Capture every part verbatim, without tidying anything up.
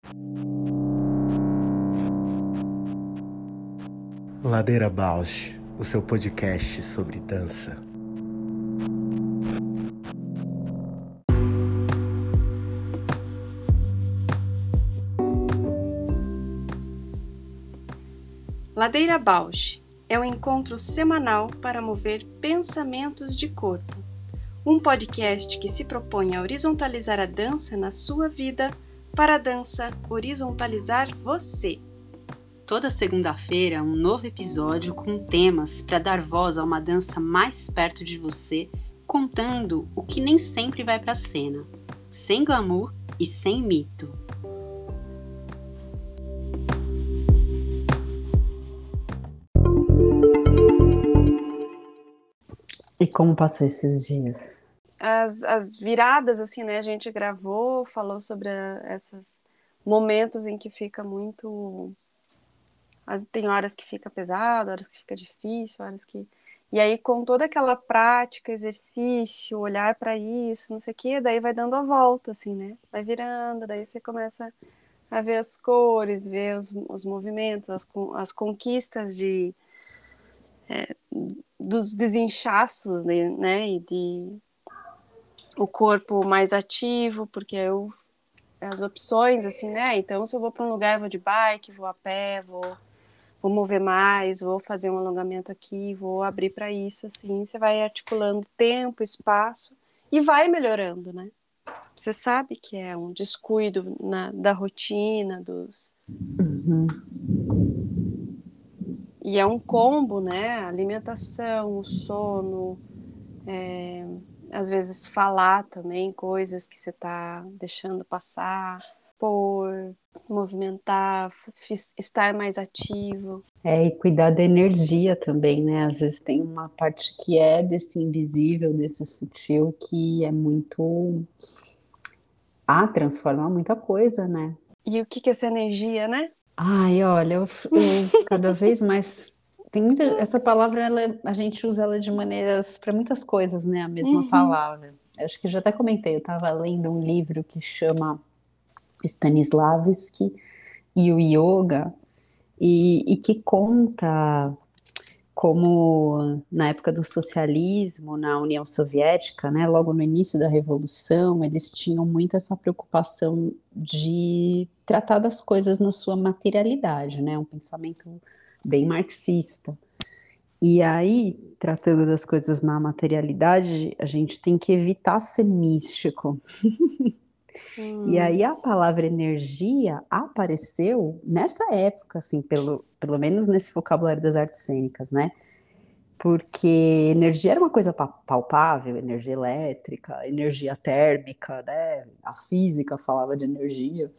Ladeira Bausch, o seu podcast sobre dança. Ladeira Bausch é um encontro semanal para mover pensamentos de corpo. Um podcast que se propõe a horizontalizar a dança na sua vida para a dança horizontalizar você. Toda segunda-feira, um novo episódio com temas para dar voz a uma dança mais perto de você, contando o que nem sempre vai para a cena, sem glamour e sem mito. E como passou esses dias? As, as viradas, assim, né? A gente gravou, falou sobre a, esses momentos em que fica muito... As, tem horas que fica pesado, horas que fica difícil, horas que... E aí, com toda aquela prática, exercício, olhar para isso, não sei o quê, daí vai dando a volta, assim, né? Vai virando, daí você começa a ver as cores, ver os, os movimentos, as, as conquistas de... É, dos desinchaços, né, e de o corpo mais ativo, porque eu as opções, assim, né, então se eu vou para um lugar, vou de bike, vou a pé, vou, vou mover mais, vou fazer um alongamento aqui, vou abrir para isso, assim, você vai articulando tempo, espaço, e vai melhorando, né, você sabe que é um descuido na, da rotina, dos... Uhum. E é um combo, né? A alimentação, o sono, é, às vezes falar também coisas que você está deixando passar, pôr, movimentar, estar mais ativo. É, e cuidar da energia também, né? Às vezes tem uma parte que é desse invisível, desse sutil, que é muito... Ah, transforma muita coisa, né? E o que que é essa energia, né? Ai, olha, eu, eu cada vez mais... Tem muita... Essa palavra, ela, a gente usa ela de maneiras... para muitas coisas, né? A mesma Uhum. palavra. Acho que já até comentei, eu estava lendo um livro que chama Stanislavski e o Yoga, e, e que conta como na época do socialismo, na União Soviética, né, logo no início da Revolução, eles tinham muito essa preocupação de tratar das coisas na sua materialidade, né, um pensamento bem marxista. E aí, tratando das coisas na materialidade, a gente tem que evitar ser místico. Hum. E aí a palavra energia apareceu nessa época, assim, pelo, pelo menos nesse vocabulário das artes cênicas, né? Porque energia era uma coisa palpável, energia elétrica, energia térmica, né? A física falava de energia.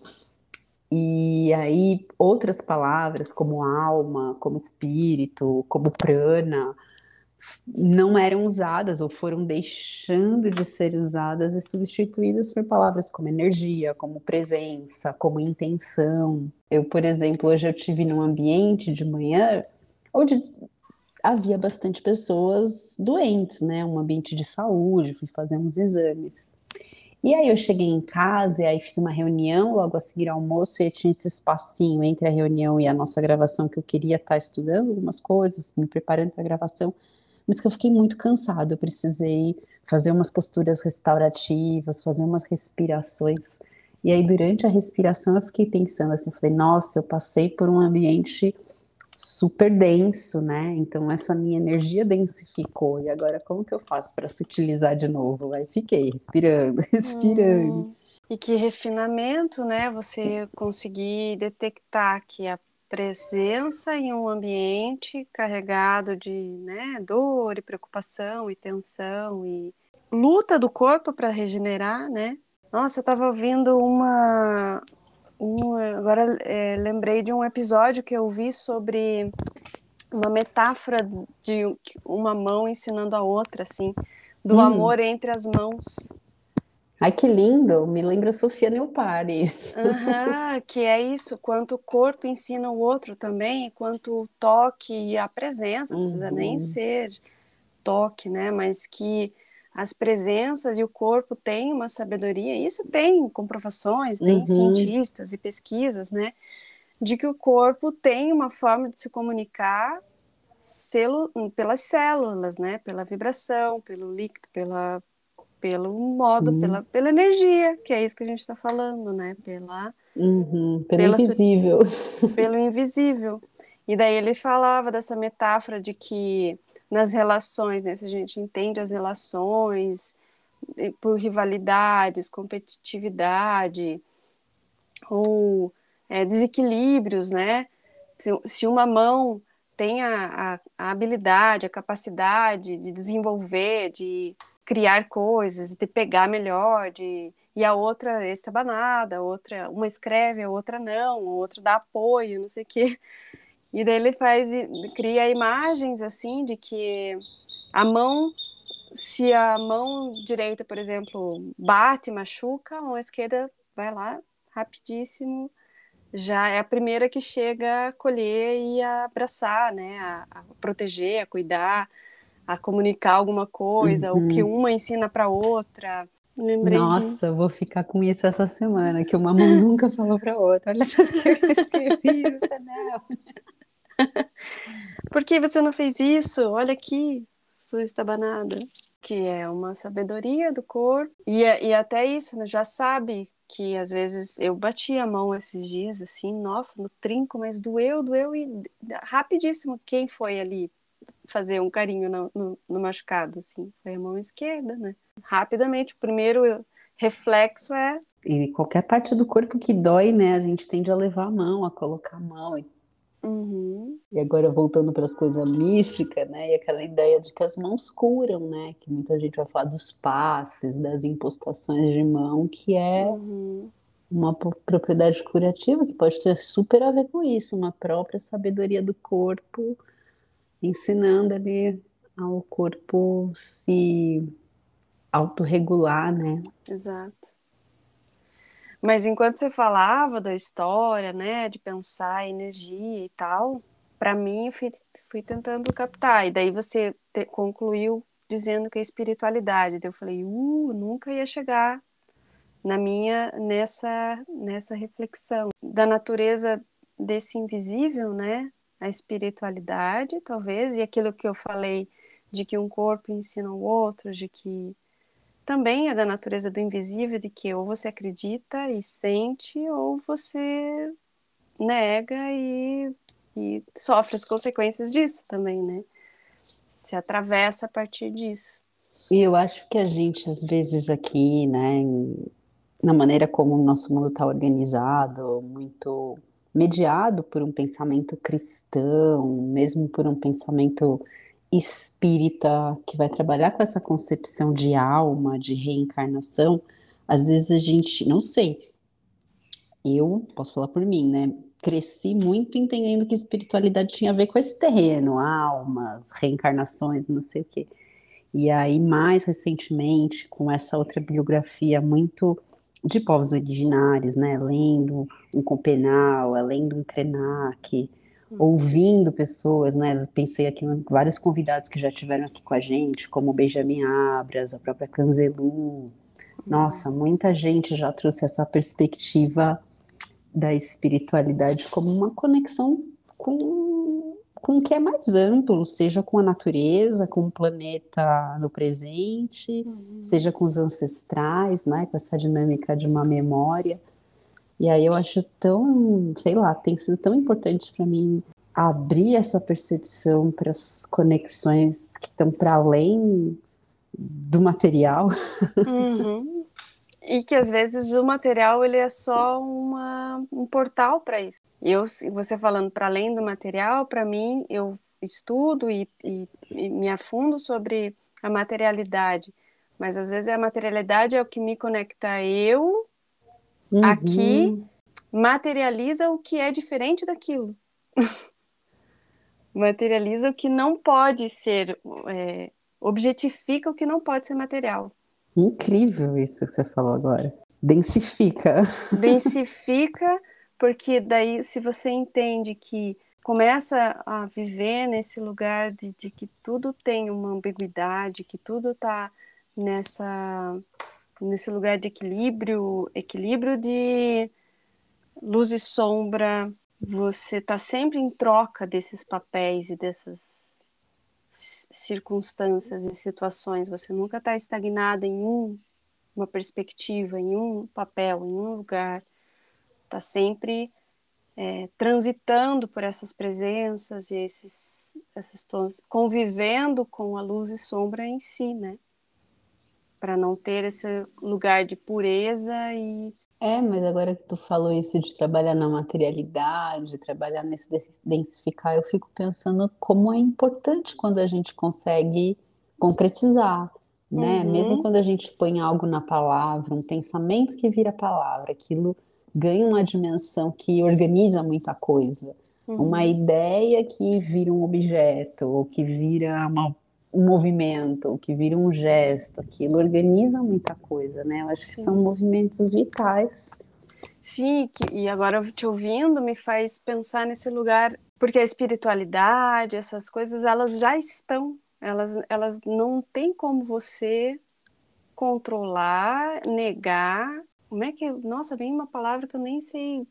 E aí outras palavras como alma, como espírito, como prana, não eram usadas ou foram deixando de ser usadas e substituídas por palavras como energia, como presença, como intenção. Eu, por exemplo, hoje eu tive num ambiente de manhã onde havia bastante pessoas doentes, né? Um ambiente de saúde, fui fazer uns exames. E aí eu cheguei em casa e aí fiz uma reunião logo a seguir ao almoço e tinha esse espacinho entre a reunião e a nossa gravação que eu queria estar estudando algumas coisas, me preparando para a gravação, mas que eu fiquei muito cansada, eu precisei fazer umas posturas restaurativas, fazer umas respirações. E aí durante a respiração eu fiquei pensando assim, falei, nossa, eu passei por um ambiente super denso, né? Então essa minha energia densificou. E agora como que eu faço para sutilizar de novo? Aí fiquei respirando, respirando. Hum. E que refinamento, né? Você conseguir detectar que a presença em um ambiente carregado de, né, dor e preocupação e tensão e luta do corpo para regenerar, né? Nossa, eu estava ouvindo uma, uma agora é, lembrei de um episódio que eu vi sobre uma metáfora de uma mão ensinando a outra, assim, do Hum. amor entre as mãos. Ai, que lindo! Me lembra Sofia Neupari. Uhum, que é isso, quanto o corpo ensina o outro também, e quanto o toque e a presença, não precisa nem Uhum. ser toque, né? Mas que as presenças, e o corpo tem uma sabedoria, isso tem comprovações, tem Uhum. cientistas e pesquisas, né, de que o corpo tem uma forma de se comunicar celu- pelas células, né, pela vibração, pelo líquido, pela, pelo modo, Sim. pela, pela energia, que é isso que a gente está falando, né, pela, Uhum. Pelo pela su- invisível. pelo invisível. E daí ele falava dessa metáfora de que nas relações, né, se a gente entende as relações eh, por rivalidades, competitividade ou eh, desequilíbrios, né? Se, se uma mão tem a, a, a habilidade, a capacidade de desenvolver, de criar coisas, de pegar melhor, de e a outra é estabanada, a outra, uma escreve, a outra não, a outra dá apoio, não sei o quê. E daí ele faz, cria imagens assim de que a mão, se a mão direita, por exemplo, bate, machuca, a mão esquerda vai lá rapidíssimo, já é a primeira que chega a colher e a abraçar, né, a, a proteger, a cuidar, a comunicar alguma coisa, o que Uhum. uma ensina para outra. Lembrei Nossa, eu disso. vou ficar com isso essa semana, que uma mão nunca falou pra outra. Olha tudo que eu escrevi, você não. Por que você não fez isso? Olha aqui, sua estabanada. Que é uma sabedoria do corpo. E, e até isso, né? Já sabe que às vezes eu bati a mão esses dias, assim, nossa, no trinco, mas doeu, doeu e rapidíssimo. Quem foi ali fazer um carinho no, no, no machucado, assim? Foi a mão esquerda, né? Rapidamente, o primeiro reflexo é... E qualquer parte do corpo que dói, né? A gente tende a levar a mão, a colocar a mão. E, Uhum, e agora voltando para as coisas místicas, né? E aquela ideia de que as mãos curam, né? Que muita gente vai falar dos passes, das impostações de mão, que é uhum. uma po- propriedade curativa que pode ter super a ver com isso, uma própria sabedoria do corpo, ensinando ali ao corpo se autorregular, né? Exato. Mas enquanto você falava da história, né, de pensar a energia e tal, para mim eu fui, fui tentando captar. E daí você te, concluiu dizendo que é espiritualidade. Daí eu falei, uh, nunca ia chegar na minha nessa nessa reflexão da natureza desse invisível, né? A espiritualidade, talvez, e aquilo que eu falei de que um corpo ensina o outro, de que também é da natureza do invisível, de que ou você acredita e sente, ou você nega e, e sofre as consequências disso também, né? Se atravessa a partir disso. E eu acho que a gente, às vezes, aqui, né, em- na maneira como o nosso mundo está organizado, muito mediado por um pensamento cristão, mesmo por um pensamento espírita, que vai trabalhar com essa concepção de alma, de reencarnação, às vezes a gente, não sei, eu posso falar por mim, né? Cresci muito entendendo que espiritualidade tinha a ver com esse terreno, almas, reencarnações, não sei o quê. E aí, mais recentemente, com essa outra biografia muito de povos originários, né? Lendo um Copenau, lendo um Krenak, ouvindo pessoas, né? Pensei aqui em vários convidados que já tiveram aqui com a gente, como o Benjamin Abras, a própria Canzelu. Nossa, muita gente já trouxe essa perspectiva da espiritualidade como uma conexão com, com o que é mais amplo, seja com a natureza, com o planeta no presente, Uhum. seja com os ancestrais, né, com essa dinâmica de uma memória. E aí eu acho tão, sei lá, tem sido tão importante para mim abrir essa percepção para as conexões que estão para além do material. Uhum. E que às vezes o material ele é só uma, um portal para isso. Eu, você falando para além do material, para mim eu estudo e, e, e me afundo sobre a materialidade, mas às vezes a materialidade é o que me conecta a eu aqui, Uhum. materializa o que é diferente daquilo. Materializa o que não pode ser, é, objetifica o que não pode ser material. Incrível isso que você falou agora. Densifica. Densifica, porque daí se você entende que começa a viver nesse lugar de, de que tudo tem uma ambiguidade, que tudo está nessa, nesse lugar de equilíbrio, equilíbrio de luz e sombra. Você está sempre em troca desses papéis e dessas circunstâncias e situações. Você nunca está estagnado em um, uma perspectiva, em um papel, em um lugar. Está sempre é, transitando por essas presenças e esses, esses tons, convivendo com a luz e sombra em si, né? Para não ter esse lugar de pureza e... É, mas agora que tu falou isso de trabalhar na materialidade, de trabalhar nesse densificar, eu fico pensando como é importante quando a gente consegue concretizar, né? Uhum. Mesmo quando a gente põe algo na palavra, um pensamento que vira palavra, aquilo ganha uma dimensão que organiza muita coisa. Uhum. Uma ideia que vira um objeto, ou que vira uma um movimento, que vira um gesto, aquilo organiza muita coisa, né? Eu acho Sim. que são movimentos vitais. Sim, que, e agora te ouvindo me faz pensar nesse lugar, porque a espiritualidade, essas coisas, elas já estão, elas, elas não tem como você controlar, negar. Como é que, nossa, vem uma palavra que eu nem sei,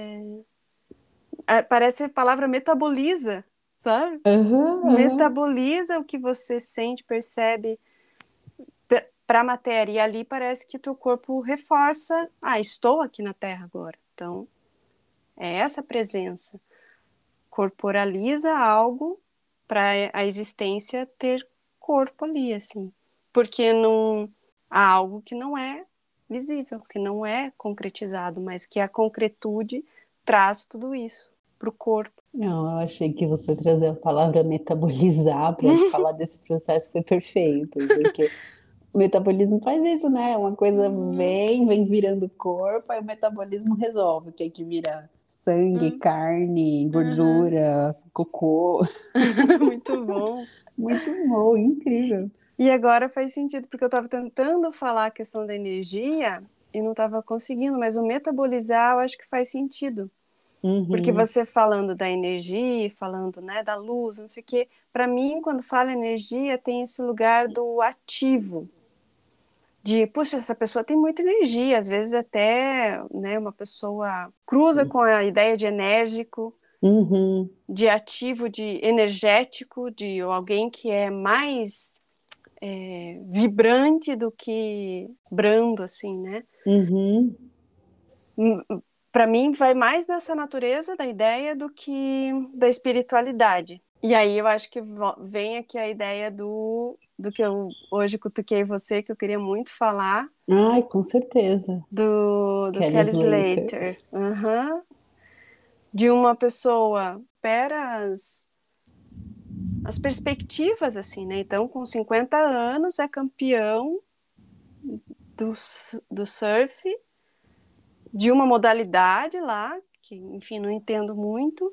é, parece a palavra metaboliza, sabe? Uhum, uhum. Metaboliza o que você sente, percebe para a matéria, e ali parece que teu corpo reforça, ah, estou aqui na Terra agora, então é essa presença, corporaliza algo para a existência ter corpo ali, assim, porque não há algo que não é visível, que não é concretizado, mas que a concretude traz tudo isso para o corpo. Não, eu achei que você trazer a palavra metabolizar para falar desse processo foi perfeito, porque o metabolismo faz isso, né? Uma coisa vem, vem virando corpo, aí o metabolismo resolve o que é que vira sangue, Uhum. carne, gordura, uhum. Cocô. Muito bom. Muito bom, incrível. E agora faz sentido, porque eu estava tentando falar a questão da energia e não estava conseguindo, mas o metabolizar eu acho que faz sentido. Uhum. Porque você falando da energia, falando, né, da luz, não sei o quê, para mim, quando fala energia, tem esse lugar do ativo. De, puxa, essa pessoa tem muita energia, às vezes até, né, uma pessoa cruza com a ideia de enérgico, uhum. de ativo, de energético, de alguém que é mais é, vibrante do que brando, assim, né? Uhum. Para mim, vai mais nessa natureza da ideia do que da espiritualidade. E aí eu acho que vem aqui a ideia do, do que eu hoje cutuquei você, que eu queria muito falar. Ai, com certeza. Do, do Kelly, Kelly Slater. Slater. Uhum. De uma pessoa, pera as, as perspectivas, assim, né? Então, com cinquenta anos, é campeão do, do surf, de uma modalidade lá, que, enfim, não entendo muito,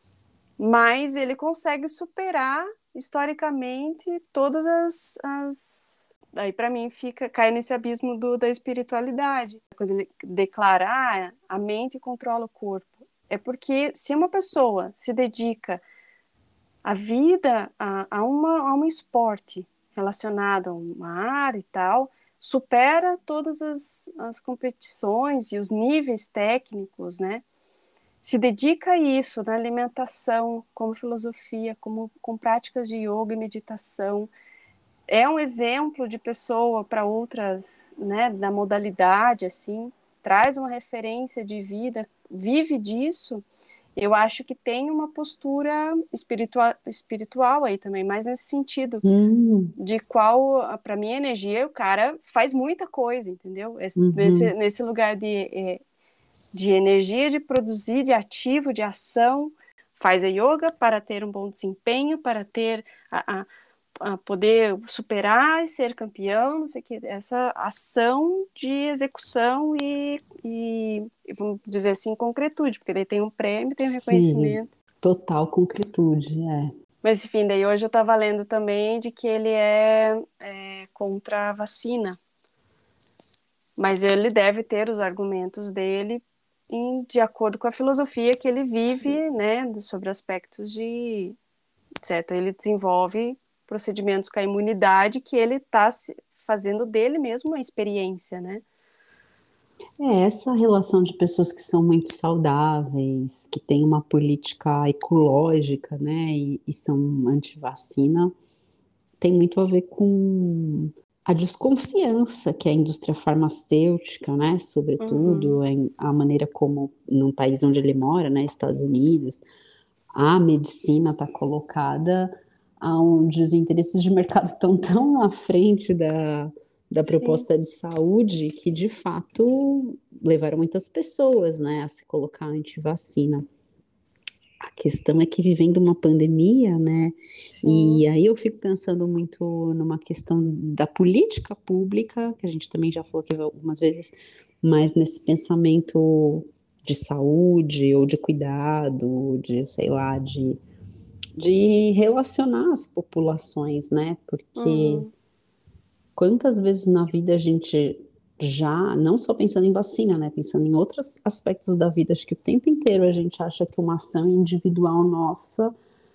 mas ele consegue superar historicamente todas as, as... aí para mim fica cai nesse abismo do, da espiritualidade, quando ele declara, ah, a mente controla o corpo, é porque se uma pessoa se dedica a vida a, a, uma, a um esporte relacionado a uma área e tal, supera todas as, as competições e os níveis técnicos, né? Se dedica a isso, na alimentação, como filosofia, como com práticas de yoga e meditação. É um exemplo de pessoa para outras, né, da modalidade, assim, traz uma referência de vida, vive disso. Eu acho que tem uma postura espiritual, espiritual aí também, mais nesse sentido, hum. de qual, para mim, a energia, o cara faz muita coisa, entendeu? Esse, uhum. nesse, nesse lugar de... É, de energia, de produzir, de ativo, de ação, faz a yoga para ter um bom desempenho, para ter a, a, a poder superar e ser campeão, não sei o que, essa ação de execução e, e, vamos dizer assim, concretude, porque ele tem um prêmio, tem um reconhecimento. Sim, total concretude, é. Mas enfim, daí hoje eu estava lendo também de que ele é, é contra a vacina, mas ele deve ter os argumentos dele Em, de acordo com a filosofia que ele vive, né, sobre aspectos de, certo, ele desenvolve procedimentos com a imunidade que ele está fazendo dele mesmo uma experiência, né? É, essa relação de pessoas que são muito saudáveis, que têm uma política ecológica, né, e, e são anti-vacina, tem muito a ver com a desconfiança que a indústria farmacêutica, né, sobretudo, Uhum. em, a maneira como, no país onde ele mora, né, Estados Unidos, a medicina está colocada onde os interesses de mercado estão tão à frente da, da Sim. proposta de saúde que, de fato, levaram muitas pessoas, né, a se colocar anti-vacina. A questão é que vivendo uma pandemia, né, Sim. e aí eu fico pensando muito numa questão da política pública, que a gente também já falou aqui algumas vezes, mas nesse pensamento de saúde ou de cuidado, de, sei lá, de, de relacionar as populações, né, porque Uhum. quantas vezes na vida a gente já, não só pensando em vacina, né, pensando em outros aspectos da vida, acho que o tempo inteiro a gente acha que uma ação individual nossa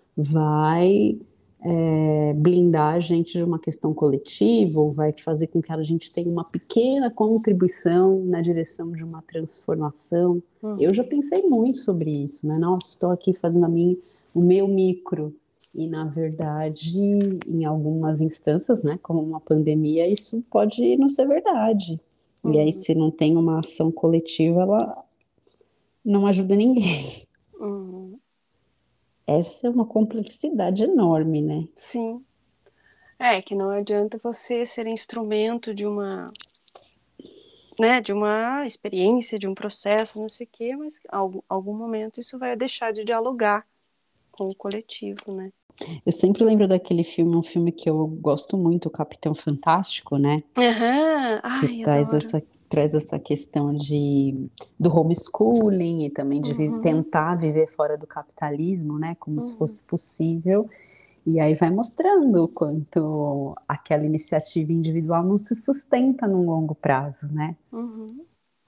vai é, blindar a gente de uma questão coletiva, ou vai fazer com que a gente tenha uma pequena contribuição na direção de uma transformação. Eu já Uhum. pensei muito sobre isso, né? Nossa, estou aqui fazendo a mim, o meu micro. E, na verdade, em algumas instâncias, né, como uma pandemia, isso pode não ser verdade. E aí, Uhum. se não tem uma ação coletiva, ela não ajuda ninguém. Uhum. Essa é uma complexidade enorme, né? Sim. É que não adianta você ser instrumento de uma, né, de uma experiência, de um processo, não sei o quê, mas em algum, algum momento isso vai deixar de dialogar com o coletivo, né? Eu sempre lembro daquele filme, um filme que eu gosto muito, o Capitão Fantástico, né? Aham. Que Ai, traz adoro. essa, traz essa questão de, do homeschooling e também de vi- Uhum. tentar viver fora do capitalismo, né? Como se Uhum. fosse possível. E aí vai mostrando o quanto aquela iniciativa individual não se sustenta num longo prazo, né? Uhum.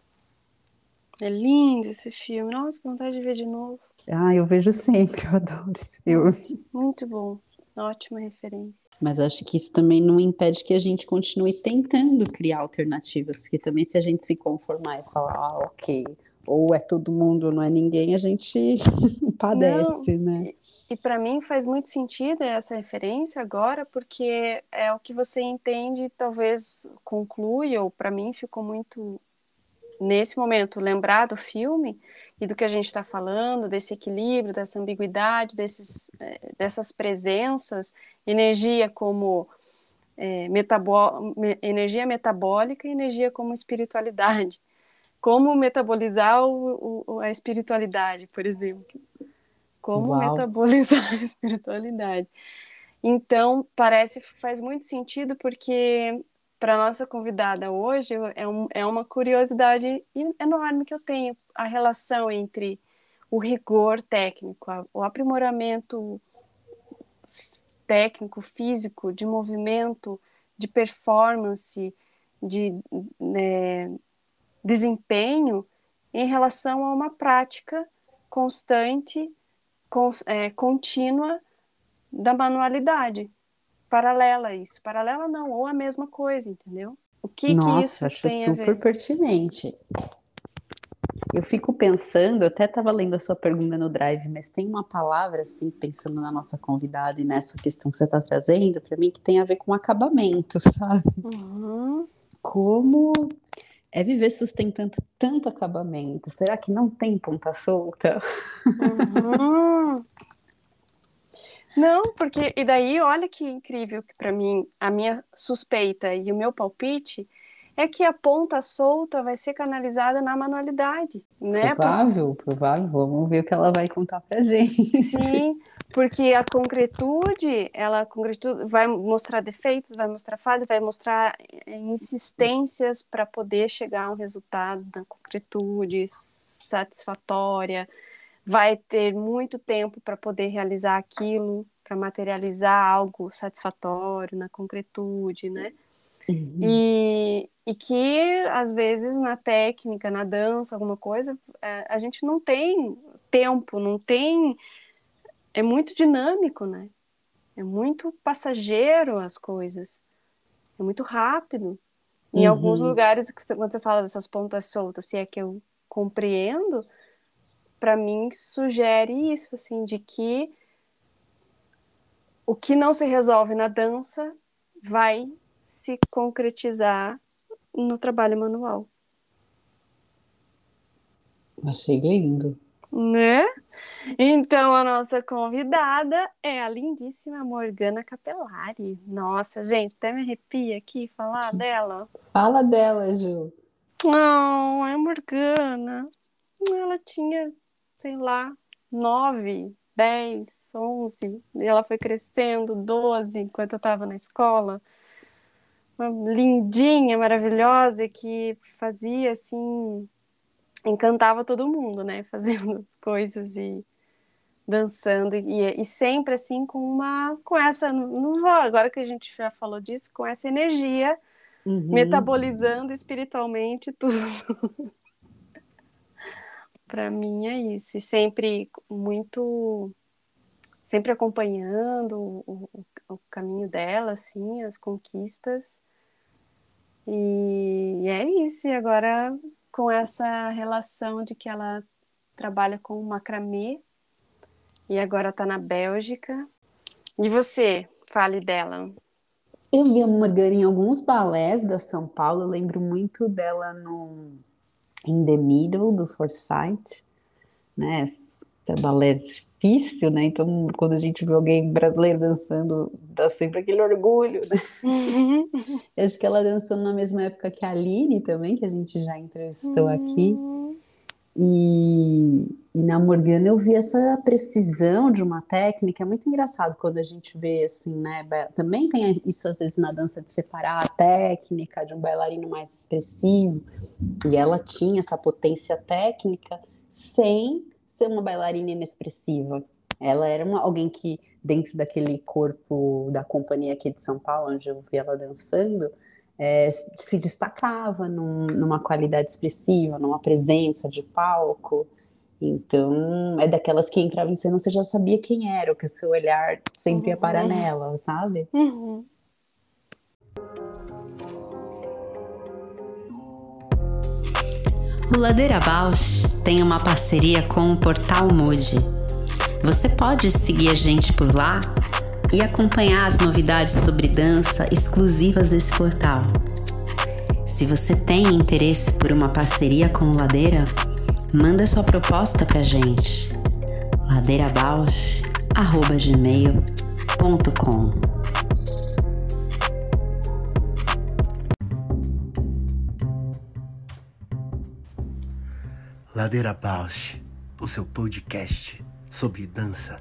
É lindo esse filme. Nossa, que vontade de ver de novo. Ah, eu vejo sempre, eu adoro esse filme. Muito, muito bom. Ótima referência. Mas acho que isso também não impede que a gente continue tentando criar alternativas, porque também se a gente se conformar e falar, ah, ok, ou é todo mundo ou não é ninguém, a gente Não, padece, né? e, e para mim faz muito sentido essa referência agora, porque é o que você entende, talvez conclui, ou para mim ficou muito, nesse momento, lembrar do filme e do que a gente está falando, desse equilíbrio, dessa ambiguidade, desses, eh, dessas presenças, energia como é, metabó me- energia metabólica e energia como espiritualidade. Como metabolizar o, o, a espiritualidade, por exemplo. Como Uau, metabolizar a espiritualidade. Então, parece faz muito sentido porque para nossa convidada hoje é, um, é uma curiosidade enorme que eu tenho a relação entre o rigor técnico, a, o aprimoramento técnico, físico, de movimento, de performance, de né, desempenho em relação a uma prática constante, cons, é, contínua da manualidade. Paralela a isso. Paralela não, ou a mesma coisa, entendeu? O que que nossa, isso acho tem a super ver? pertinente. Eu fico pensando, eu até estava lendo a sua pergunta no Drive, mas tem uma palavra, assim, pensando na nossa convidada e nessa questão que você está trazendo, para mim, que tem a ver com acabamento, sabe? Uhum, Como é viver sustentando tanto acabamento? Será que não tem ponta solta? uhum. Não, porque e daí olha que incrível que para mim a minha suspeita e o meu palpite é que a ponta solta vai ser canalizada na manualidade, né? Por, Provável, provável. Vamos ver o que ela vai contar pra gente. sim, porque a concretude, ela a concretude vai mostrar defeitos, vai mostrar falhas, vai mostrar insistências para poder chegar a um resultado na concretude satisfatória, vai ter muito tempo para poder realizar aquilo, para materializar algo satisfatório na concretude, né? Uhum. E, e que, às vezes, na técnica, na dança, alguma coisa, a gente não tem tempo, não tem. É muito dinâmico, né? É muito passageiro as coisas. é muito rápido. Em Uhum. alguns lugares, quando você fala dessas pontas soltas, se é que eu compreendo, para mim sugere isso, assim, de que o que não se resolve na dança vai se concretizar no trabalho manual. Achei lindo. Né? Então, a nossa convidada é a lindíssima Morgana Capellari. Nossa, gente, até me arrepia aqui falar dela. Fala dela, Ju. Não, é a Morgana. Ela tinha, sei lá, nove, dez, onze. E ela foi crescendo, doze, enquanto eu estava na escola. Uma lindinha, maravilhosa, que fazia, assim, encantava todo mundo, né? Fazendo as coisas e dançando. E, e sempre, assim, com uma... Com essa... Não vou, agora que a gente já falou disso, com essa energia, Uhum. metabolizando espiritualmente tudo. Para mim é isso. E sempre muito... Sempre acompanhando o, o, o caminho dela, assim, as conquistas. E é isso. E agora, com essa relação de que ela trabalha com macramê e agora está na Bélgica. E você? Fale dela. Eu vi a Morgana em alguns balés da São Paulo, eu lembro muito dela no In the Middle, do Forsyth, né? É balé difícil, né? Então, quando a gente vê alguém brasileiro dançando, dá sempre aquele orgulho, né? Uhum. Eu acho que ela dançou na mesma época que a Aline também, que a gente já entrevistou aqui. E, e na Morgana eu vi essa precisão de uma técnica. É muito engraçado quando a gente vê assim, né? Também tem isso às vezes na dança de separar a técnica de um bailarino mais expressivo. E ela tinha essa potência técnica sem ser uma bailarina inexpressiva. Ela era uma, alguém que, dentro daquele corpo da companhia aqui de São Paulo, onde eu vi ela dançando, é, se destacava num, numa qualidade expressiva, numa presença de palco. Então, é daquelas que entrava em cena, você já sabia quem era, que o seu olhar sempre ia parar nela, sabe? Uhum. O Ladeira Bausch tem uma parceria com o Portal Mude. Você pode seguir a gente por lá e acompanhar as novidades sobre dança exclusivas desse portal. Se você tem interesse por uma parceria com o Ladeira, manda sua proposta pra gente. ladeirabausch arroba gmail ponto com. Ladeira Bausch, o seu podcast sobre dança.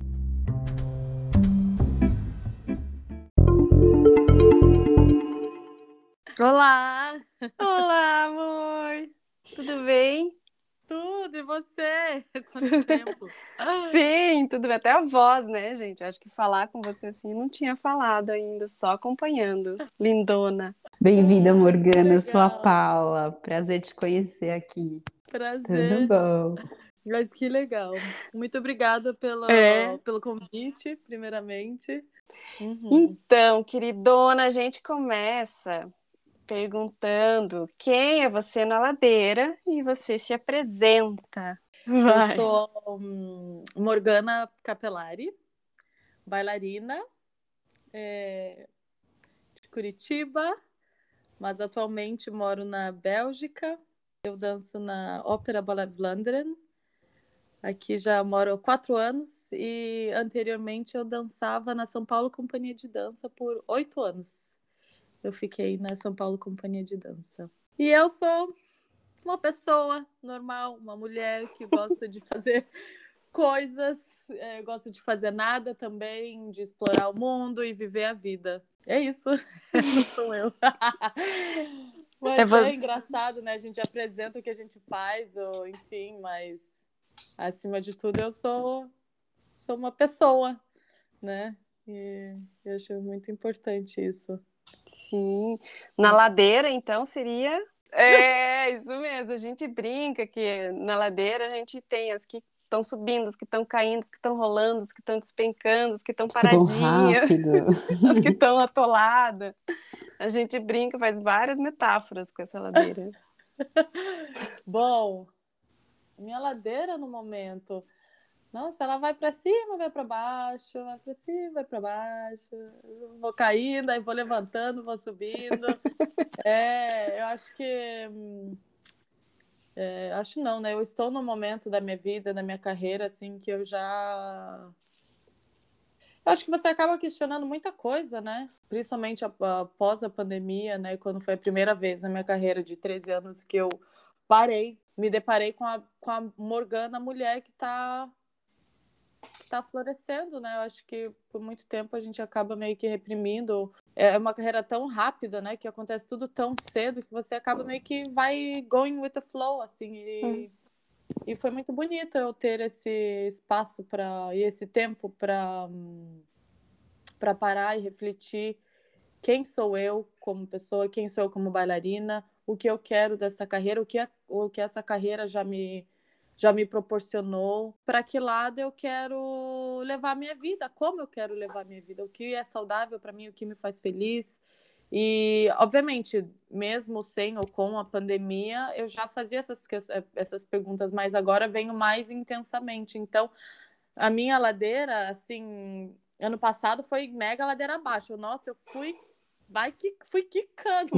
Olá! Olá, amor! Tudo bem? Tudo, e você? Quanto tempo? Sim, tudo bem. Até a voz, né, gente? Eu acho que falar com você assim não tinha falado ainda, só acompanhando. Lindona. Bem-vinda, Morgana, eu sou a Legal. Paula. Prazer te conhecer aqui. Tudo Prazer. bom? Mas que legal. Muito obrigada pelo, É. pelo convite, primeiramente. Uhum. Então, queridona, a gente começa perguntando quem é você na ladeira e você se apresenta. Vai. Eu sou hum, Morgana Capellari, bailarina é, de Curitiba, mas atualmente moro na Bélgica. Eu danço na Ópera Ballet Vlaanderen. Aqui já moro há quatro anos e anteriormente eu dançava na São Paulo Companhia de Dança por oito anos. Eu fiquei na São Paulo Companhia de Dança. E eu sou uma pessoa normal, uma mulher que gosta de fazer coisas, é, gosta de fazer nada também, de explorar o mundo e viver a vida. É isso. Essa sou eu. Mas É é, você. engraçado, né? A gente apresenta o que a gente faz, ou enfim, mas acima de tudo eu sou, sou uma pessoa, né? E eu acho muito importante isso. Sim. Na ladeira, então, seria... É, isso mesmo. A gente brinca que na ladeira a gente tem as que estão subindo, as que estão caindo, as que estão rolando, as que estão despencando, as que estão Tudo bom paradinhas, rápido. as que estão atoladas. A gente brinca, faz várias metáforas com essa ladeira. Bom, minha ladeira no momento, nossa, ela vai para cima, vai para baixo, vai para cima, vai para baixo. Eu vou caindo, aí vou levantando, vou subindo. É, eu acho que é, acho não, né? Eu estou no momento da minha vida, da minha carreira, assim, que eu já eu acho que você acaba questionando muita coisa, né? Principalmente após a pandemia, né? Quando foi a primeira vez na minha carreira de treze anos que eu parei, me deparei com a, com a Morgana, mulher que está que tá florescendo, né? Eu acho que por muito tempo a gente acaba meio que reprimindo. É uma carreira tão rápida, né? Que acontece tudo tão cedo que você acaba meio que vai going with the flow, assim. E, Hum. e foi muito bonito eu ter esse espaço para e esse tempo para para parar e refletir quem sou eu como pessoa, quem sou eu como bailarina, o que eu quero dessa carreira, o que, a, o que essa carreira já me, já me proporcionou, para que lado eu quero levar a minha vida, como eu quero levar a minha vida, o que é saudável para mim, o que me faz feliz. E, obviamente, mesmo sem ou com a pandemia, eu já fazia essas, essas perguntas, mas agora venho mais intensamente. Então, a minha ladeira, assim, ano passado foi mega ladeira abaixo. Nossa, eu fui, vai que fui quicando.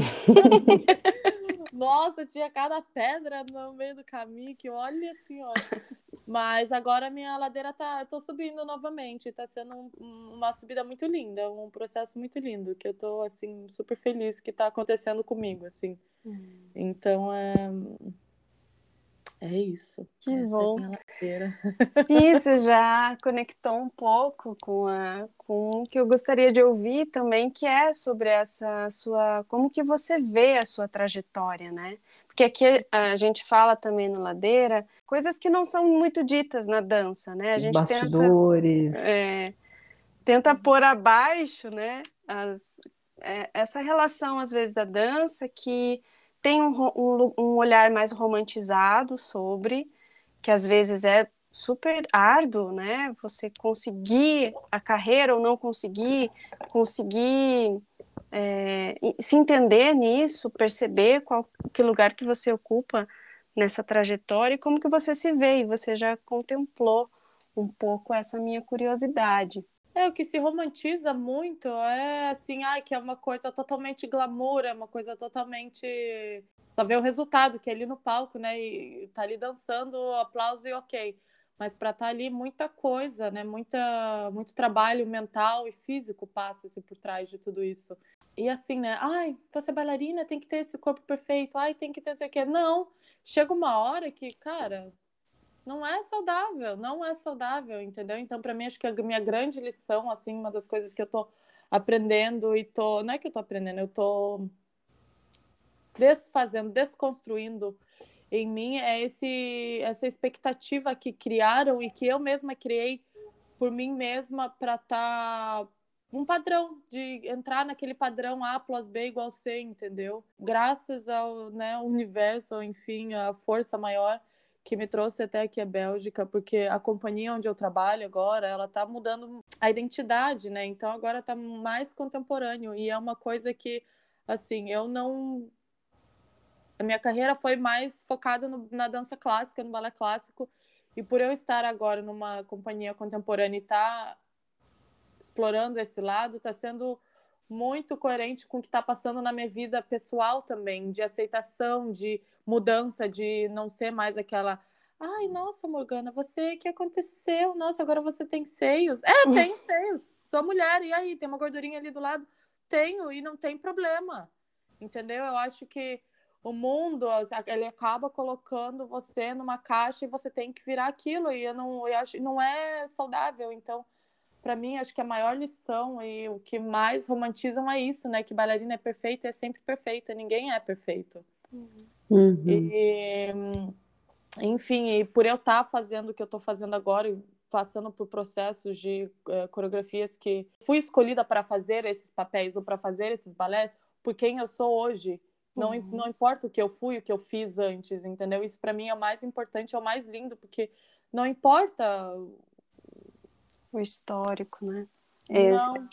Nossa, tinha cada pedra no meio do caminho que olha, senhora. Mas agora a minha ladeira tá, eu tô subindo novamente, tá sendo um, uma subida muito linda, um processo muito lindo, que eu tô assim super feliz que tá acontecendo comigo, assim. Hum. Então, é É isso. Que Essa bom. é a minha ladeira. Sim, você já conectou um pouco com, a, com o que eu gostaria de ouvir também, que é sobre essa sua... Como que você vê a sua trajetória, né? Porque aqui a gente fala também no Ladeira coisas que não são muito ditas na dança, né? A Os gente bastidores. tenta, é, tenta pôr abaixo, né? As, é, essa relação, às vezes, da dança que tem um, um, um olhar mais romantizado sobre, que às vezes é super árduo, né? Você conseguir a carreira ou não conseguir, conseguir é, se entender nisso, perceber qual que lugar que você ocupa nessa trajetória e como que você se vê, e você já contemplou um pouco essa minha curiosidade. É, o que se romantiza muito é assim, ai, que é uma coisa totalmente glamour, é uma coisa totalmente... Só ver o resultado, que é ali no palco, né? E tá ali dançando, aplauso e ok. Mas para estar tá ali, muita coisa, né? Muita, muito trabalho mental e físico passa-se por trás de tudo isso. E assim, né? Ai, você é bailarina, tem que ter esse corpo perfeito. Ai, tem que ter não sei o quê. Não, chega uma hora que, cara... não é saudável, não é saudável, entendeu? Então, para mim, acho que a minha grande lição, assim, uma das coisas que eu tô aprendendo e tô... Não é que eu tô aprendendo, eu tô desfazendo, desconstruindo em mim é esse, essa expectativa que criaram e que eu mesma criei por mim mesma para estar... Tá um padrão, de entrar naquele padrão A plus B igual C, entendeu? Graças ao, né, universo, ou enfim, a força maior que me trouxe até aqui a Bélgica, porque a companhia onde eu trabalho agora, ela tá mudando a identidade, né? Então agora tá mais contemporâneo e é uma coisa que, assim, eu não... A minha carreira foi mais focada no, na dança clássica, no balé clássico, e por eu estar agora numa companhia contemporânea e estar tá explorando esse lado, está sendo muito coerente com o que está passando na minha vida pessoal também, de aceitação, de mudança, de não ser mais aquela... Ai, nossa, Morgana, você, o que aconteceu? Nossa, agora você tem seios. É, tem seios. Sou mulher, e aí? Tem uma gordurinha ali do lado? Tenho, e não tem problema. Entendeu? Eu acho que o mundo, ele acaba colocando você numa caixa e você tem que virar aquilo, e eu não, eu acho, não é saudável. Então, para mim, acho que a maior lição e o que mais romantizam é isso, né? Que bailarina é perfeita e é sempre perfeita, ninguém é perfeito. Uhum. E, enfim, e por eu estar fazendo o que eu estou fazendo agora, passando por processos de uh, coreografias que fui escolhida para fazer esses papéis ou para fazer esses balés, por quem eu sou hoje. Não, uhum. não importa o que eu fui, o que eu fiz antes, entendeu? Isso para mim é o mais importante, é o mais lindo, porque não importa o histórico, né? Não.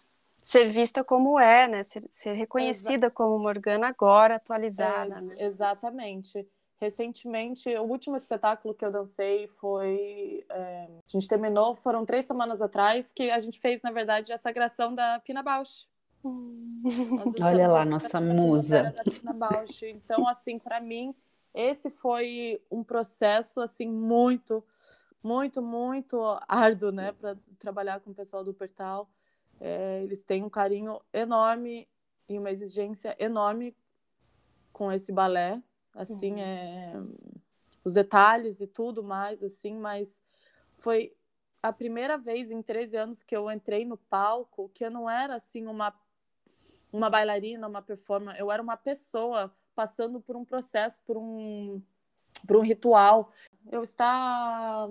ser vista como é, né? Ser, ser reconhecida Exa- como Morgana agora, atualizada, é, né? Exatamente. Recentemente, o último espetáculo que eu dancei foi... É, a gente terminou, foram três semanas atrás, que a gente fez, na verdade, a sagração da Pina Bausch. Hum. Nós Olha dançamos lá, a nossa sagração da musa. da Pina Bausch. Então, assim, para mim, esse foi um processo, assim, muito, muito, muito árduo, né? Para trabalhar com o pessoal do Pertal. É, eles têm um carinho enorme e uma exigência enorme com esse balé, assim, uhum. é, os detalhes e tudo mais, assim, mas foi a primeira vez em treze anos que eu entrei no palco que eu não era, assim, uma, uma bailarina, uma performer, eu era uma pessoa passando por um processo, por um, por um ritual. Eu estava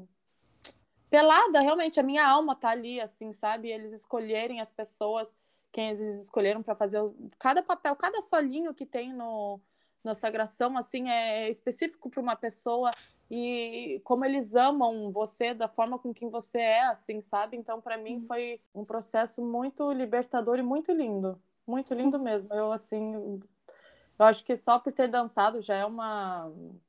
pelada, realmente, a minha alma tá ali, assim, sabe? Eles escolherem as pessoas, quem eles escolheram para fazer cada papel, cada solinho que tem no, na sagração, assim, é específico para uma pessoa e como eles amam você da forma com quem você é, assim, sabe? Então, para mim, foi um processo muito libertador e muito lindo, muito lindo mesmo. Eu, assim, eu acho que só por ter dançado já é uma...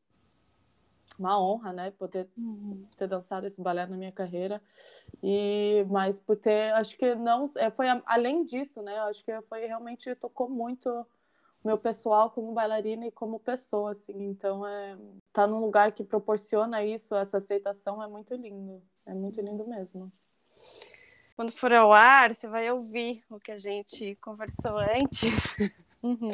uma honra, né, poder uhum. ter dançado esse balé na minha carreira, e mas por ter, acho que não, foi além disso, né, acho que foi realmente, tocou muito o meu pessoal como bailarina e como pessoa, assim, então é, tá num lugar que proporciona isso, essa aceitação, é muito lindo, é muito lindo mesmo. Quando for ao ar, você vai ouvir o que a gente conversou antes. Uhum.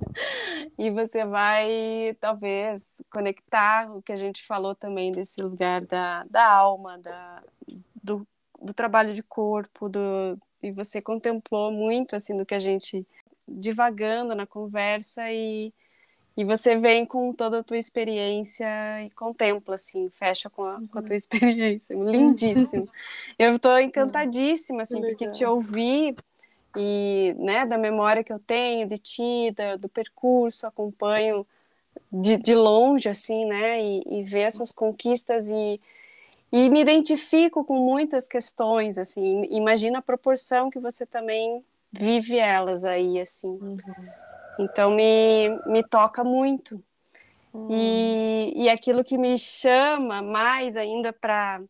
E você vai, talvez, conectar o que a gente falou também desse lugar da, da alma, da, do, do trabalho de corpo, do, e você contemplou muito, assim, do que a gente divagando na conversa e, e você vem com toda a tua experiência e contempla, assim, fecha com a, uhum. com a tua experiência. Lindíssimo. Eu estou encantadíssima, assim, porque te ouvir e, né, da memória que eu tenho de ti, da, do percurso, acompanho de, de longe, assim, né, e, e ver essas conquistas e, e me identifico com muitas questões, assim, imagina a proporção que você também vive elas aí, assim, uhum. Então me, me toca muito. Uhum. E, e aquilo que me chama mais ainda para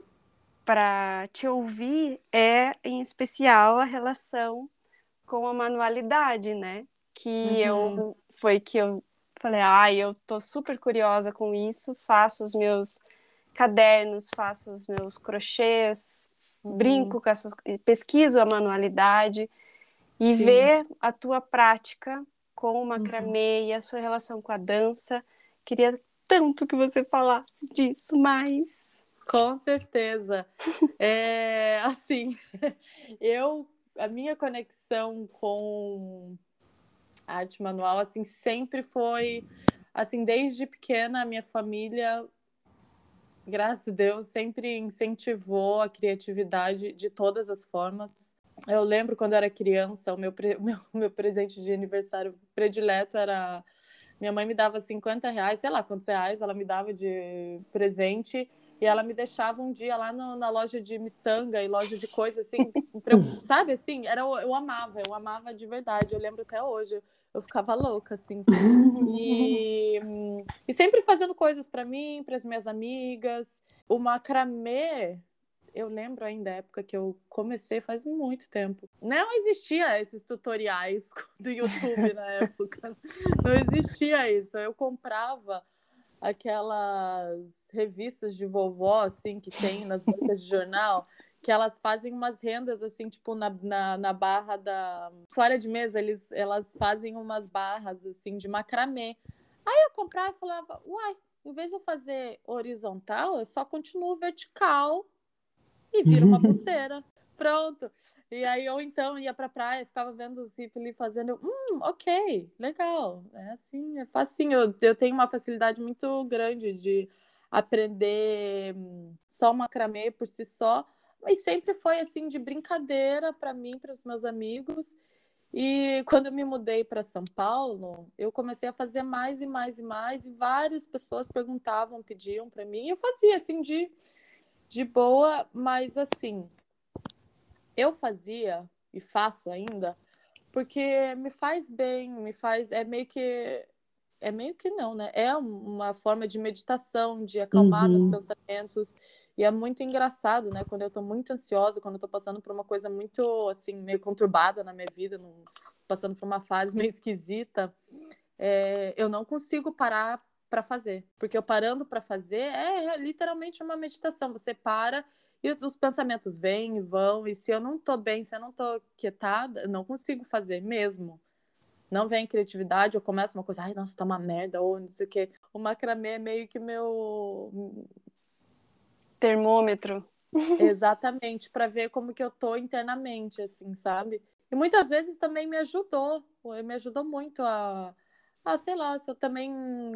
para te ouvir é, em especial, a relação com a manualidade, né? Que uhum. eu foi que eu falei, ai, ah, eu tô super curiosa com isso, faço os meus cadernos, faço os meus crochês, uhum. brinco com essas, pesquiso a manualidade e Sim. ver a tua prática com o macramê uhum. e a sua relação com a dança. Queria tanto que você falasse disso mais. Com certeza. É, assim, eu, a minha conexão com a arte manual, assim, sempre foi, assim, desde pequena, a minha família, graças a Deus, sempre incentivou a criatividade de todas as formas. Eu lembro quando eu era criança, o meu, pre... meu, meu presente de aniversário predileto era... Minha mãe me dava cinquenta reais, sei lá quantos reais ela me dava de presente, e ela me deixava um dia lá no, na loja de miçanga e loja de coisa, assim, eu, sabe, assim, era, eu amava, eu amava de verdade, eu lembro até hoje, eu, eu ficava louca, assim, e, e sempre fazendo coisas para mim, para as minhas amigas, o macramê, eu lembro ainda da época que eu comecei faz muito tempo. Não existia esses tutoriais do YouTube na época. Não existia isso. Eu comprava aquelas revistas de vovó, assim, que tem nas bancas de jornal, que elas fazem umas rendas, assim, tipo, na, na, na barra da toalha de mesa, eles, elas fazem umas barras, assim, de macramê. Aí eu comprava e falava, uai, em vez de eu fazer horizontal, eu só continuo vertical e vira uma pulseira. Pronto. E aí, ou então, ia pra praia, ficava vendo os hippies ali fazendo, hum, ok, legal. É assim, é facinho. Eu, eu tenho uma facilidade muito grande de aprender só macramê por si só, mas sempre foi assim, de brincadeira para mim, para os meus amigos. E quando eu me mudei para São Paulo, eu comecei a fazer mais e mais e mais, e várias pessoas perguntavam, pediam para mim, e eu fazia assim de, de boa, mas assim, eu fazia, e faço ainda, porque me faz bem, me faz, é meio que, é meio que não, né? É uma forma de meditação, de acalmar meus Uhum. pensamentos, e é muito engraçado, né? Quando eu tô muito ansiosa, quando eu tô passando por uma coisa muito, assim, meio conturbada na minha vida, num, passando por uma fase meio esquisita, é, eu não consigo parar para fazer, porque eu parando para fazer é, é literalmente uma meditação. Você para e os pensamentos vêm e vão, e se eu não tô bem, se eu não tô quietada, eu não consigo fazer mesmo. Não vem criatividade, eu começo uma coisa, ai, nossa, tá uma merda, ou não sei o quê. O macramê é meio que meu... Termômetro. Exatamente, para ver como que eu tô internamente, assim, sabe? E muitas vezes também me ajudou, me ajudou muito a... Ah, sei lá, se eu também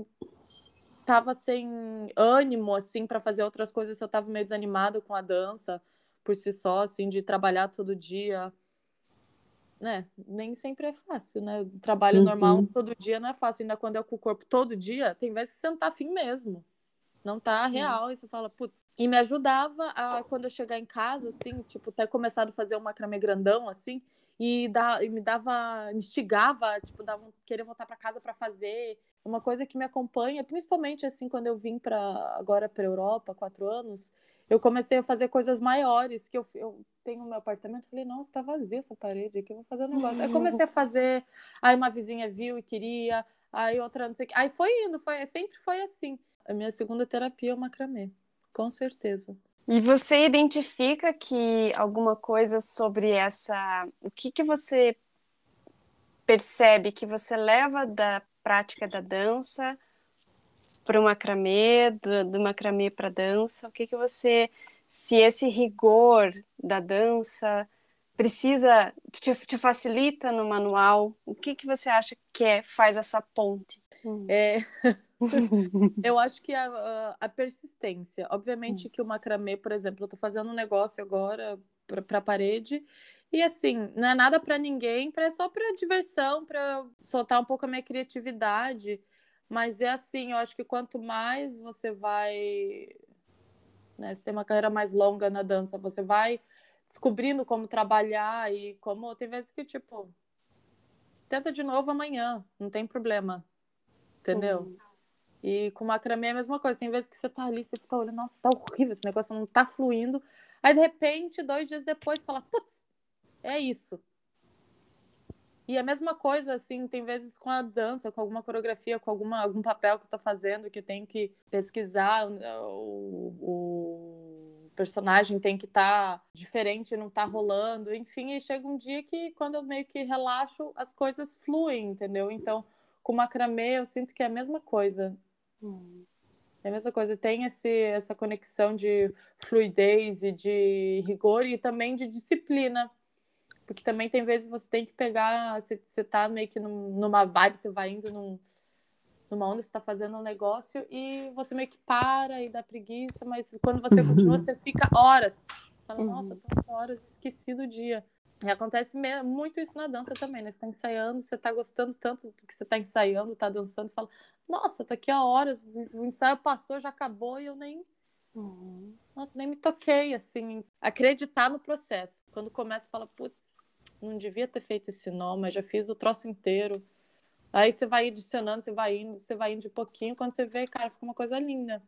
tava sem ânimo, assim, para fazer outras coisas, se eu tava meio desanimada com a dança por si só, assim, de trabalhar todo dia, né? Nem sempre é fácil, né? O trabalho normal Uhum. todo dia não é fácil, ainda quando é com o corpo todo dia, tem vezes que você não tá afim mesmo. Não tá Sim. real, e você fala, putz. E me ajudava a, quando eu chegar em casa, assim, tipo, ter começado a fazer um macramê grandão, assim, e, dá, e me dava, me instigava, tipo, dava, querer voltar para casa para fazer. Uma coisa que me acompanha, principalmente, assim, quando eu vim para agora para Europa, quatro anos, eu comecei a fazer coisas maiores, que eu, eu tenho meu apartamento, falei, nossa, tá vazia essa parede aqui, eu vou fazer um negócio. Aí comecei a fazer, aí uma vizinha viu e queria, aí outra não sei o que. Aí foi indo, foi, sempre foi assim. A minha segunda terapia é o macramê, com certeza. E você identifica que alguma coisa sobre essa... O que que você percebe que você leva da prática da dança para o macramê, do, do macramê para a dança? O que que você... Se esse rigor da dança precisa... Te, te facilita no manual? O que que você acha que é, faz essa ponte? É... Eu acho que a, a, a persistência. Obviamente que o macramê, por exemplo, eu tô fazendo um negócio agora para a parede e assim, não é nada para ninguém, é só para diversão, para soltar um pouco a minha criatividade. Mas é assim, eu acho que quanto mais você vai, né, você tem uma carreira mais longa na dança, você vai descobrindo como trabalhar e como tem vezes que tipo, tenta de novo amanhã, não tem problema, entendeu? Uhum. E com macramê é a mesma coisa. Tem vezes que você tá ali, você fica olhando, nossa, tá horrível, esse negócio não tá fluindo. Aí, de repente, dois dias depois, fala, putz, é isso. E a mesma coisa, assim, tem vezes com a dança, com alguma coreografia, com alguma, algum papel que eu tô fazendo, que eu tenho que pesquisar, o, o personagem tem que estar tá diferente, não tá rolando, enfim, e chega um dia que, quando eu meio que relaxo, as coisas fluem, entendeu? Então, com macramê, eu sinto que é a mesma coisa. Uhum. É a mesma coisa, tem esse, essa conexão de fluidez e de rigor e também de disciplina. Porque também tem vezes você tem que pegar, você, você tá meio que num, numa vibe, você vai indo num, numa onda, você tá fazendo um negócio e você meio que para e dá preguiça, mas quando você continua, você fica horas. Você fala, nossa, tô horas, esqueci do dia. E acontece muito isso na dança também, né? Você tá ensaiando, você tá gostando tanto do que você tá ensaiando, tá dançando, você fala, nossa, tô aqui há horas, o ensaio passou, já acabou e eu nem... Uhum. Nossa, nem me toquei, assim. Acreditar no processo. Quando começa, fala, putz, não devia ter feito esse nó, mas já fiz o troço inteiro. Aí você vai adicionando, você vai indo, você vai indo de pouquinho, quando você vê, cara, fica uma coisa linda.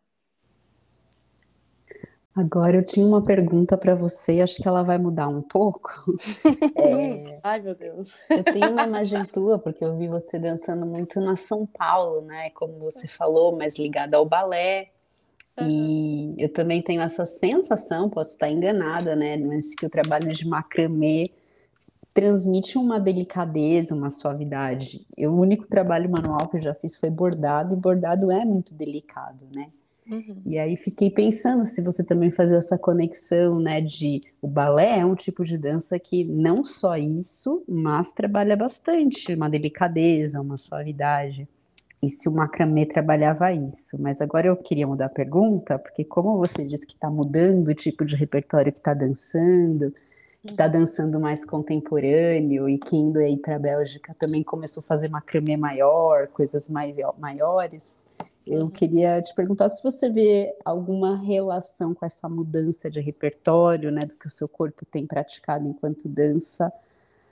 Agora eu tinha uma pergunta para você, acho que ela vai mudar um pouco. É, Ai, meu Deus. eu tenho uma imagem tua, porque eu vi você dançando muito na São Paulo, né? Como você falou, mais ligada ao balé. Uhum. E eu também tenho essa sensação, posso estar enganada, né? Mas que o trabalho de macramê transmite uma delicadeza, uma suavidade. Eu, o único trabalho manual que eu já fiz foi bordado, e bordado é muito delicado, né? Uhum. E aí fiquei pensando se você também fazer essa conexão, né, de o balé é um tipo de dança que não só isso, mas trabalha bastante, uma delicadeza, uma suavidade. E se o macramê trabalhava isso. Mas agora eu queria mudar a pergunta, porque como você disse que está mudando o tipo de repertório que está dançando, que está Uhum. dançando mais contemporâneo e que indo aí para a Bélgica também começou a fazer macramê maior, coisas mais, maiores, eu Uhum. queria te perguntar se você vê alguma relação com essa mudança de repertório, né, do que o seu corpo tem praticado enquanto dança,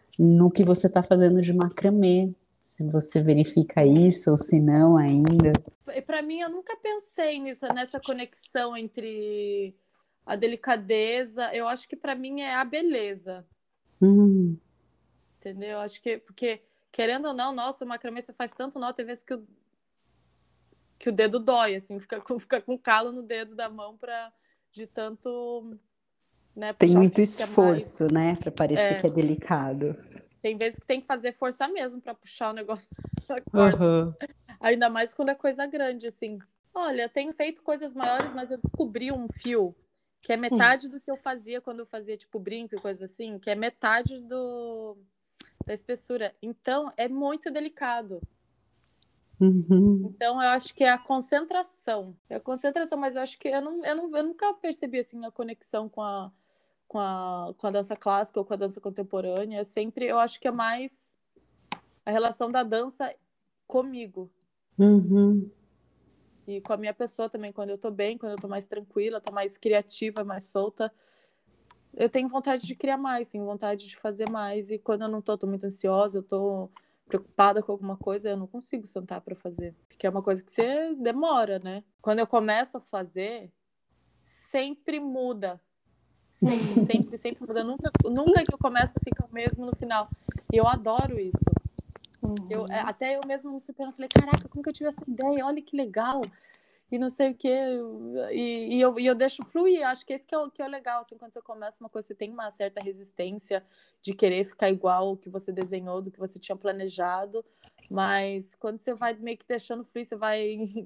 no que você está fazendo de macramê. Se você verifica isso ou se não ainda. Para mim, eu nunca pensei nisso, nessa conexão entre a delicadeza. Eu acho que para mim é a beleza. Hum. Entendeu? Acho que, porque, querendo ou não, nossa, o macramê você faz tanto nó, tem vezes que o, que o dedo dói, assim, fica com, fica com calo no dedo da mão pra, de tanto, né, Tem puxar o muito fio que é esforço, mais... né, para parecer É, que é delicado. tem vezes que tem que fazer força mesmo pra puxar o negócio da corda. Uhum. Ainda mais quando é coisa grande, assim. Olha, eu tenho feito coisas maiores, mas eu descobri um fio que é metade do que eu fazia quando eu fazia, tipo, brinco e coisa assim, que é metade do... da espessura. Então, é muito delicado. Uhum. Então, eu acho que é a concentração. É a concentração, mas eu acho que eu, não, eu, não, eu nunca percebi assim, a conexão com a, com, a, com a dança clássica ou com a dança contemporânea. Sempre, eu acho que é mais a relação da dança comigo. Uhum. E com a minha pessoa também, quando eu tô bem, quando eu tô mais tranquila, tô mais criativa, mais solta. Eu tenho vontade de criar mais, tenho vontade de fazer mais. E quando eu não tô, tô muito ansiosa, eu tô preocupada com alguma coisa, eu não consigo sentar para fazer. Porque é uma coisa que você demora, né? Quando eu começo a fazer, sempre muda. Sempre, sempre, sempre muda. Nunca, nunca que eu começo fica o mesmo no final. E eu adoro isso. Uhum. Eu, até eu mesma me surpreendo, falei, caraca, como que eu tive essa ideia? Olha que legal. E não sei o quê. E, e, eu, e eu deixo fluir. Acho que esse que é, o, que é o legal. Assim, quando você começa uma coisa, você tem uma certa resistência de querer ficar igual o que você desenhou, do que você tinha planejado. Mas quando você vai meio que deixando fluir, você vai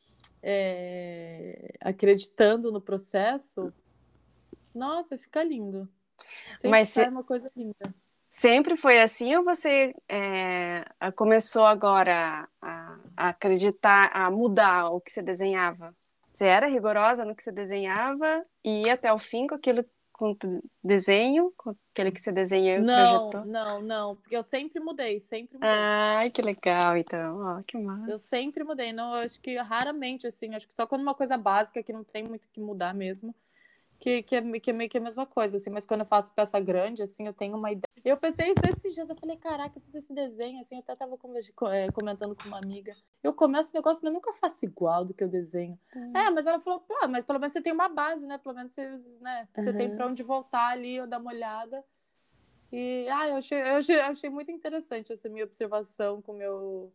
é, acreditando no processo, nossa, fica lindo. Sempre Mas sai se- uma coisa linda. sempre foi assim ou você é, começou agora a, a acreditar, a mudar o que você desenhava? Você era rigorosa no que você desenhava e ia até o fim com aquilo, com o desenho, com aquele que você desenhou e Não, projetou? não, não, porque eu sempre mudei, sempre mudei. Ai, que legal, então. Ó, que Eu massa. sempre mudei, não, eu acho que raramente, assim, acho que só quando uma coisa básica que não tem muito que mudar mesmo, que, que, é, que é meio que a mesma coisa, assim, mas quando eu faço peça grande, assim, eu tenho uma ideia. Eu pensei isso esses dias, eu falei, caraca, eu fiz esse desenho, assim, eu até tava comentando com uma amiga. Eu começo o negócio, mas nunca faço igual do que eu desenho. Hum. É, mas ela falou, pô, mas pelo menos você tem uma base, né? Pelo menos você, né, você uhum. tem pra onde voltar ali, ou dar uma olhada. E, ah, eu achei, eu achei, eu achei muito interessante essa minha observação com, meu,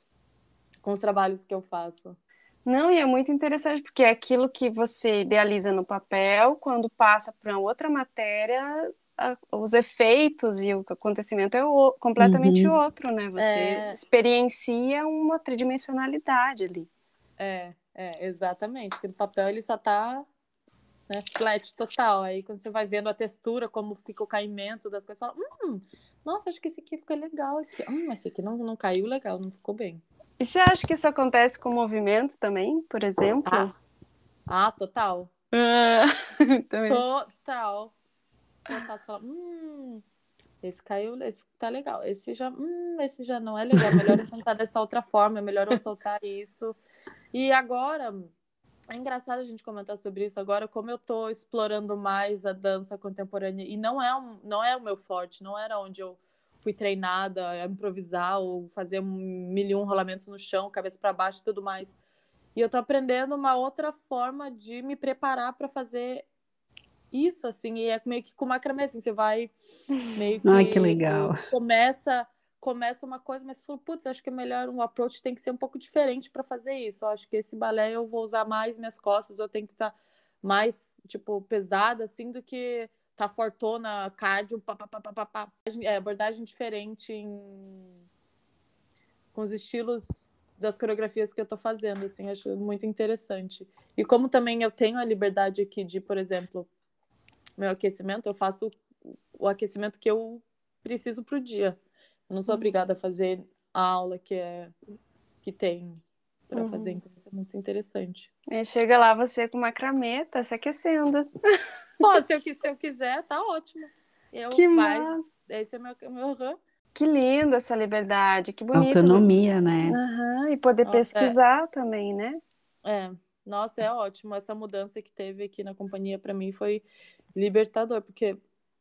com os trabalhos que eu faço. Não, e é muito interessante, porque é aquilo que você idealiza no papel, quando passa para outra matéria, a, os efeitos e o acontecimento é o, completamente Uhum. outro, né? Você é... experiencia uma tridimensionalidade ali. É, é, exatamente. Porque no papel ele só tá, né, flat total. Aí quando você vai vendo a textura, como fica o caimento das coisas, você fala, hum, nossa, acho que esse aqui fica legal aqui. Hum, esse aqui não, não caiu legal, não ficou bem. E você acha que isso acontece com movimento também, por exemplo? Ah, ah total. Ah, também. Total. Total. Você fala, hum, esse caiu, esse tá legal. Esse já, hum, esse já não é legal. Melhor eu tentar dessa outra forma, é melhor eu soltar isso. E agora, é engraçado a gente comentar sobre isso agora, como eu tô explorando mais a dança contemporânea. E não é, um, não é o meu forte, não era onde eu fui treinada a improvisar ou fazer um mil e um rolamentos no chão, cabeça para baixo e tudo mais. E eu tô aprendendo uma outra forma de me preparar para fazer isso, assim, e é meio que com macramê, assim, você vai meio que... Ai, que legal. Começa, começa uma coisa, mas fala, putz, acho que é melhor, um approach tem que ser um pouco diferente para fazer isso. Eu acho que esse balé eu vou usar mais minhas costas, eu tenho que estar mais, tipo, pesada, assim, do que tá fortona, cardio, pá, pá, pá, pá, pá. É, abordagem diferente em... com os estilos das coreografias que eu tô fazendo, assim, acho muito interessante. E como também eu tenho a liberdade aqui de, por exemplo, meu aquecimento, eu faço o aquecimento que eu preciso pro dia. Eu não sou Uhum. obrigada a fazer a aula que, é, que tem para Uhum. fazer, então isso é muito interessante. E chega lá você com macramê, tá se aquecendo. Pô, se eu, se eu quiser, tá ótimo. Eu Que vai, massa. esse é meu, meu uhum. Que lindo essa liberdade, que bonito. Autonomia, né? Uhum. E poder Nossa, pesquisar é... também, né? É, nossa, é ótimo. Essa mudança que teve aqui na companhia para mim foi libertador, porque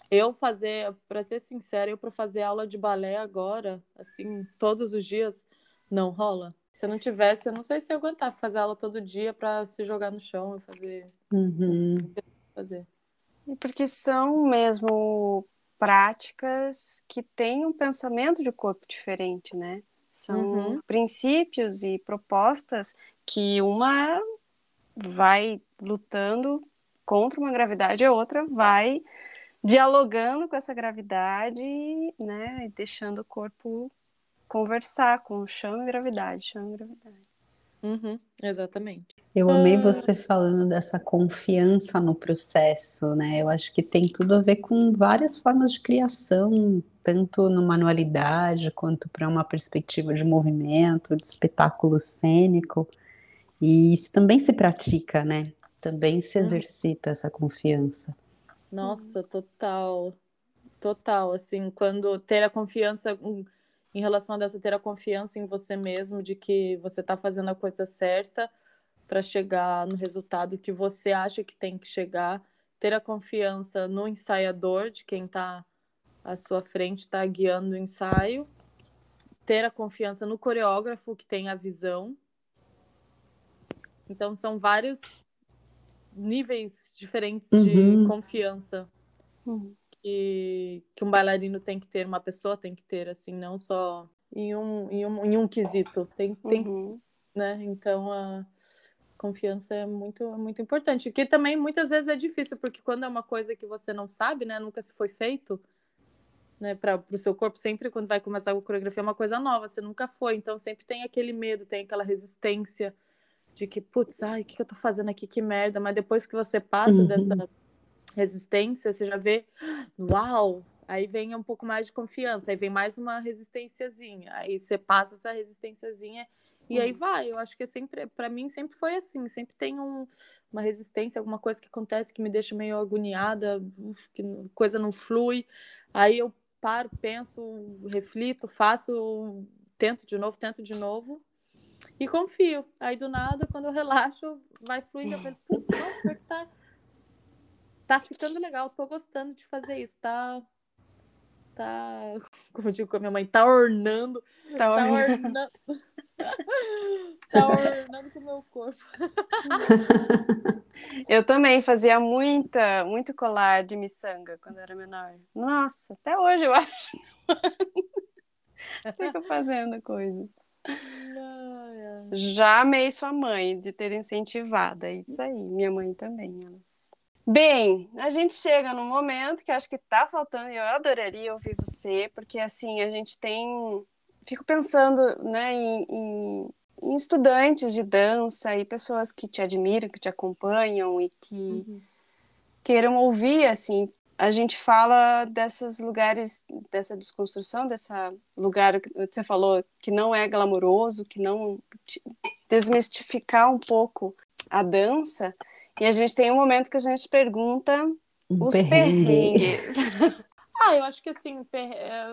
Eu fazer, para ser sincera, eu para fazer aula de balé agora, assim, todos os dias, não rola. Se eu não tivesse, eu não sei se eu ia aguentar fazer aula todo dia para se jogar no chão e fazer, Uhum. fazer. E porque são mesmo práticas que têm um pensamento de corpo diferente, né? São Uhum. princípios e propostas que uma vai lutando contra uma gravidade, a outra vai dialogando com essa gravidade, né? E deixando o corpo conversar com o chão e gravidade, chão e gravidade. Uhum. Exatamente. Eu amei Ah, você falando dessa confiança no processo, né? Eu acho que tem tudo a ver com várias formas de criação, tanto no manualidade quanto para uma perspectiva de movimento, de espetáculo cênico. E isso também se pratica, né? Também se Uhum. exercita essa confiança. Nossa, total. Total, assim, quando ter a confiança em, em relação a dessa, ter a confiança em você mesmo, de que você está fazendo a coisa certa para chegar no resultado que você acha que tem que chegar, ter a confiança no ensaiador, de quem está à sua frente, está guiando o ensaio, ter a confiança no coreógrafo, que tem a visão. Então, são vários níveis diferentes de Uhum. confiança Uhum. que, que um bailarino tem que ter, uma pessoa tem que ter, assim, não só em um, em um, em um quesito. Tem, tem, Uhum. né? Então, a confiança é muito, é muito importante. Que também, muitas vezes, é difícil, porque quando é uma coisa que você não sabe, né? Nunca se foi feito, né? Para o seu corpo, sempre quando vai começar a coreografia é uma coisa nova, você nunca foi. Então, sempre tem aquele medo, tem aquela resistência de que, putz, ai, o que, que eu tô fazendo aqui? Que merda. Mas depois que você passa dessa Uhum. resistência, você já vê, uau, aí vem um pouco mais de confiança, aí vem mais uma resistênciazinha, aí você passa essa resistênciazinha e aí vai. Eu acho que é sempre, para mim sempre foi assim, sempre tem um, uma resistência, alguma coisa que acontece que me deixa meio agoniada, uf, que coisa não flui, aí eu paro, penso, reflito, faço, tento de novo, tento de novo e confio. Aí do nada, quando eu relaxo, vai fluindo, eu falo, putz, nossa, pior que tá tá ficando legal, tô gostando de fazer isso, tá, tá, como eu digo com a minha mãe, tá ornando, Tá tá ornando. ornando, tá ornando com o meu corpo. Eu também fazia muita, muito colar de miçanga quando era menor. Nossa, até hoje eu acho. Fico fazendo coisa. Ai, ai. Já amei sua mãe de ter incentivado, é isso aí. Minha mãe também. Elas... Bem, a gente chega num momento que acho que tá faltando e eu adoraria ouvir você, porque assim, a gente tem... Fico pensando, né, em, em, em estudantes de dança e pessoas que te admiram, que te acompanham e que Uhum. queiram ouvir, assim. A gente fala desses lugares, dessa desconstrução, dessa lugar que você falou que não é glamouroso, que não desmistificar um pouco a dança. E a gente tem um momento que a gente pergunta Um os perrengue. perrengues. Ah, eu acho que assim, per...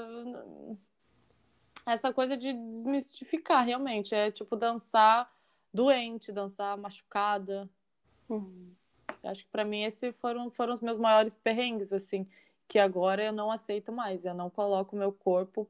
essa coisa de desmistificar, realmente, é tipo dançar doente, dançar machucada. Hum. Acho que para mim esses foram, foram os meus maiores perrengues, assim, que agora eu não aceito mais, eu não coloco o meu corpo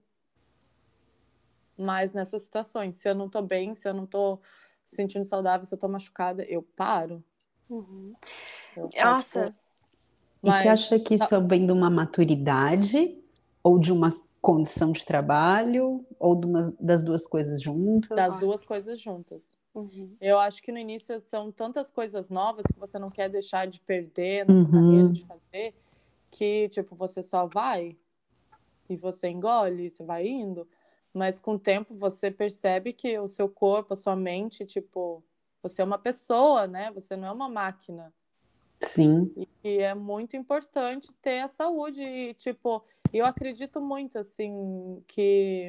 mais nessas situações. Se eu não tô bem, se eu não tô sentindo saudável, se eu tô machucada, eu paro. Uhum. Eu paro, tipo, Nossa, E você mas acha que isso vem de uma maturidade ou de uma condição de trabalho ou de uma, das duas coisas juntas? das duas coisas juntas. uhum. Eu acho que no início são tantas coisas novas que você não quer deixar de perder na sua carreira, Uhum. de fazer, que, tipo, você só vai e você engole, você vai indo, mas com o tempo você percebe que o seu corpo, a sua mente, tipo, você é uma pessoa, né? Você não é uma máquina. Sim. E é muito importante ter a saúde. E, tipo, eu acredito muito, assim, que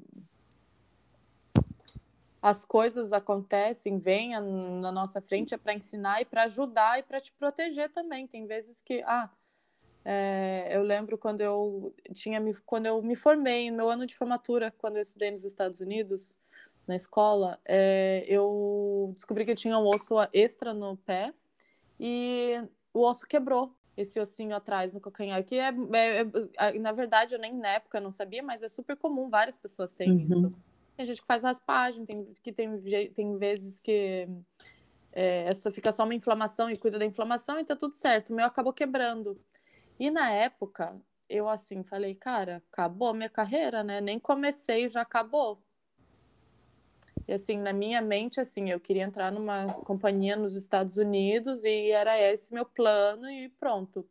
as coisas acontecem, venham na nossa frente é para ensinar e para ajudar e para te proteger também. Tem vezes que, ah, é, eu lembro quando eu tinha me, quando eu me formei, no meu ano de formatura, quando eu estudei nos Estados Unidos, na escola, é, eu descobri que eu tinha um osso extra no pé e o osso quebrou. esse ossinho atrás no calcanhar, que é, é, é, na verdade, eu nem na época não sabia, mas é super comum, várias pessoas têm Uhum. isso. Tem gente que faz raspagem, tem, que tem, tem vezes que é, só fica só uma inflamação e cuida da inflamação e tá tudo certo. O meu acabou quebrando. E na época, eu assim, falei, cara, acabou minha carreira, né? Nem comecei, já acabou. E assim, na minha mente, assim, eu queria entrar numa companhia nos Estados Unidos e era esse meu plano e pronto.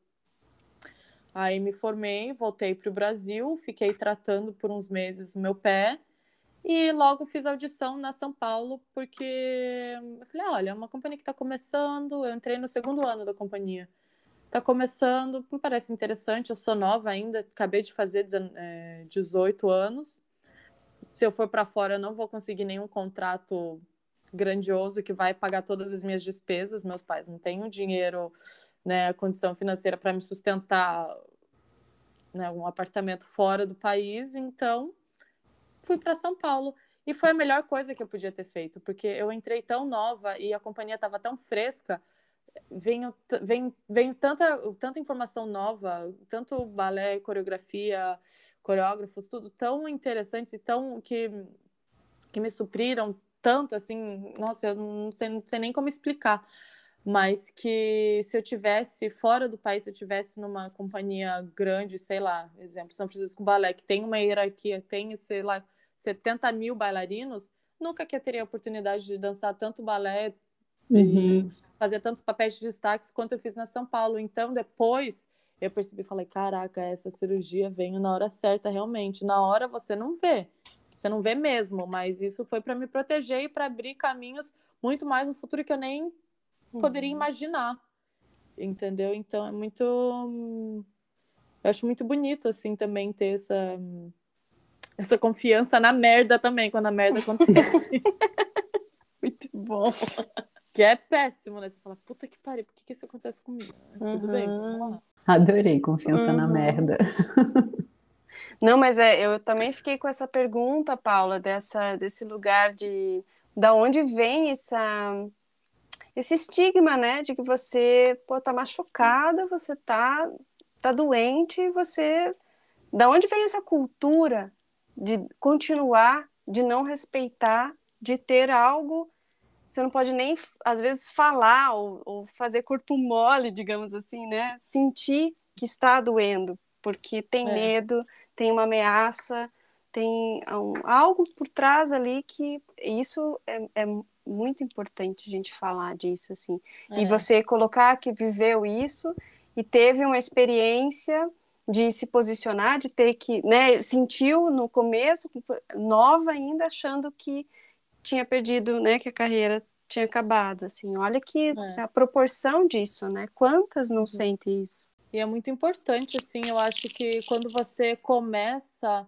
Aí me formei, voltei para o Brasil, fiquei tratando por uns meses o meu pé e logo fiz audição na São Paulo porque eu falei, olha, é uma companhia que está começando, eu entrei no segundo ano da companhia. Está começando, me parece interessante, eu sou nova ainda, acabei de fazer dezoito anos. Se eu for para fora, eu não vou conseguir nenhum contrato grandioso que vai pagar todas as minhas despesas. Meus pais não têm o dinheiro, né, a condição financeira para me sustentar, né, um apartamento fora do país. Então, fui para São Paulo. E foi a melhor coisa que eu podia ter feito, porque eu entrei tão nova e a companhia estava tão fresca. Venho, vem, vem tanta, tanta informação nova, tanto balé, coreografia, coreógrafos, tudo tão interessantes e tão que, que me supriram tanto, assim, nossa, eu não sei, não sei nem como explicar, mas que se eu tivesse fora do país, se eu tivesse numa companhia grande, sei lá, exemplo, São Francisco Balé, que tem uma hierarquia, tem, sei lá, setenta mil bailarinos, nunca que eu teria a oportunidade de dançar tanto balé e Uhum. fazer tantos papéis de destaques quanto eu fiz na São Paulo. Então, depois, eu percebi, falei, caraca, essa cirurgia veio na hora certa, realmente. Na hora você não vê, você não vê mesmo, mas isso foi para me proteger e para abrir caminhos muito mais no futuro que eu nem poderia imaginar, entendeu? Então, é muito... Eu acho muito bonito, assim, também ter essa, essa confiança na merda também, quando a merda acontece. Muito bom. Que é péssimo, né? Você fala, puta que pariu, por que, que isso acontece comigo? Uhum. Tudo bem, vamos lá. Adorei, confiança Uhum. na merda. Não, mas é, eu também fiquei com essa pergunta, Paula, dessa, desse lugar de da onde vem essa, esse estigma, né? De que você, pô, tá machucada, você tá, tá doente, você... Da onde vem essa cultura de continuar, de não respeitar, de ter algo... Você não pode nem, às vezes, falar ou, ou fazer corpo mole, digamos assim, né? Sentir que está doendo, porque tem É. medo, tem uma ameaça, tem um, algo por trás ali que isso é, é muito importante a gente falar disso, assim. É. E você colocar que viveu isso e teve uma experiência de se posicionar, de ter que, né, sentiu no começo, nova ainda, achando que tinha perdido, né, que a carreira tinha acabado, assim, olha que É. a proporção disso, né, quantas não Uhum. sentem isso? E é muito importante, assim, eu acho que quando você começa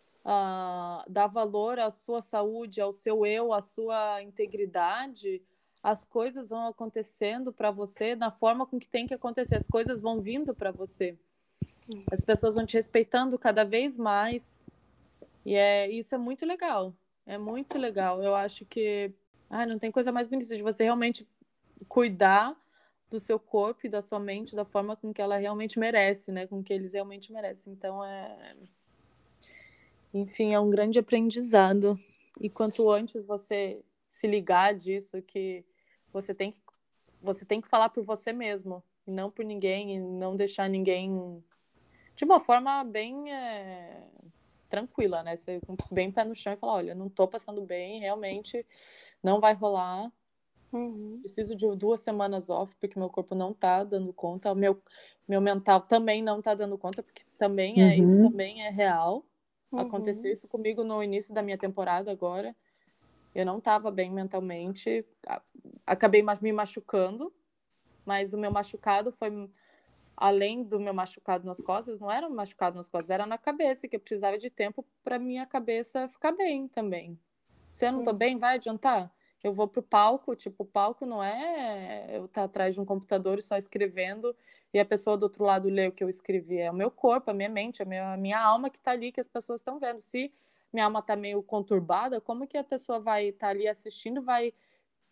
a dar valor à sua saúde, ao seu eu, à sua integridade, as coisas vão acontecendo para você da forma com que tem que acontecer, as coisas vão vindo para você. As pessoas vão te respeitando cada vez mais. E é, isso é muito legal. É muito legal. Eu acho que ai, não tem coisa mais bonita de você realmente cuidar do seu corpo e da sua mente da forma com que ela realmente merece, né? Com que eles realmente merecem. Então, é... Enfim, é um grande aprendizado. E quanto antes você se ligar disso, que você tem que, você tem que falar por você mesmo, e não por ninguém, e não deixar ninguém... De uma forma bem é... tranquila, né? Você bem pé no chão e falar, olha, não tô passando bem, realmente não vai rolar. Uhum. Preciso de duas semanas off, porque meu corpo não tá dando conta, o meu, meu mental também não tá dando conta, porque também é, Uhum. isso também é real. Uhum. Aconteceu isso comigo no início da minha temporada agora. Eu não tava bem mentalmente, acabei me machucando, mas o meu machucado foi, além do meu machucado nas costas, não era um machucado nas costas, era na cabeça, que eu precisava de tempo para minha cabeça ficar bem também. Se eu não tô bem, vai adiantar? Eu vou pro palco, tipo, o palco não é eu estar atrás de um computador e só escrevendo e a pessoa do outro lado lê o que eu escrevi. É o meu corpo, a minha mente, a minha, a minha alma que tá ali, que as pessoas estão vendo. Se minha alma tá meio conturbada, como que a pessoa vai estar tá ali assistindo, vai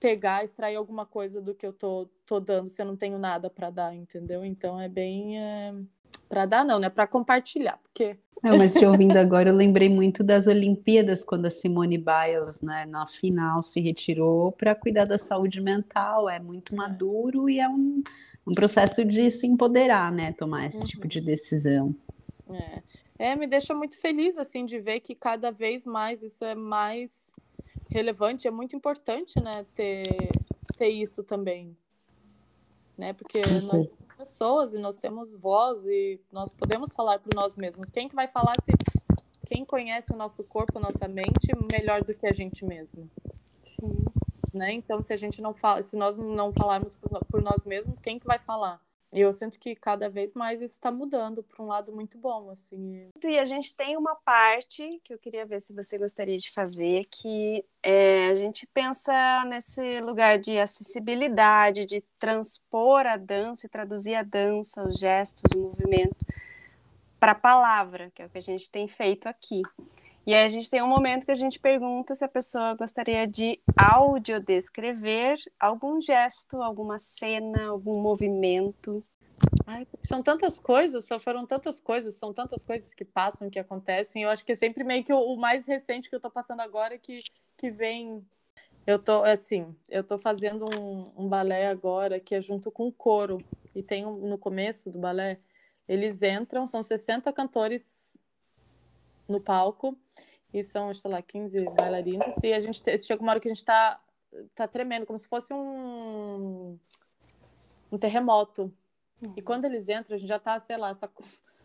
pegar, extrair alguma coisa do que eu tô, tô dando se eu não tenho nada para dar, entendeu? Então é bem... É... para dar não, né? Para compartilhar, porque... Não, mas te ouvindo agora, eu lembrei muito das Olimpíadas, quando a Simone Biles, né, na final, se retirou para cuidar da saúde mental. É muito maduro e é um, um processo de se empoderar, né? Tomar esse Uhum. tipo de decisão. É. é, me deixa muito feliz, assim, de ver que cada vez mais isso é mais relevante, é muito importante, né, ter, ter isso também, né, porque Super. nós somos pessoas e nós temos voz e nós podemos falar por nós mesmos. Quem que vai falar se quem conhece o nosso corpo, a nossa mente, melhor do que a gente mesmo? Sim. Né? Então, se a gente não fala, se nós não falarmos por, por nós mesmos, quem que vai falar? E eu sinto que cada vez mais isso está mudando para um lado muito bom, assim. E a gente tem uma parte que eu queria ver se você gostaria de fazer, que é, a gente pensa nesse lugar de acessibilidade, de transpor a dança e traduzir a dança, os gestos, o movimento para a palavra, que é o que a gente tem feito aqui. E aí a gente tem um momento que a gente pergunta se a pessoa gostaria de audiodescrever algum gesto, alguma cena, algum movimento. Ai, são tantas coisas, só foram tantas coisas, são tantas coisas que passam, que acontecem. Eu acho que é sempre meio que o, o mais recente que eu tô passando agora que, que vem... Eu tô, assim, eu tô fazendo um, um balé agora que é junto com o coro. E tem um, no começo do balé, eles entram, são sessenta cantores no palco e são, sei lá, quinze bailarinas e a gente chega uma hora que a gente tá, tá tremendo, como se fosse um, um terremoto. E quando eles entram, a gente já tá, sei lá, essa...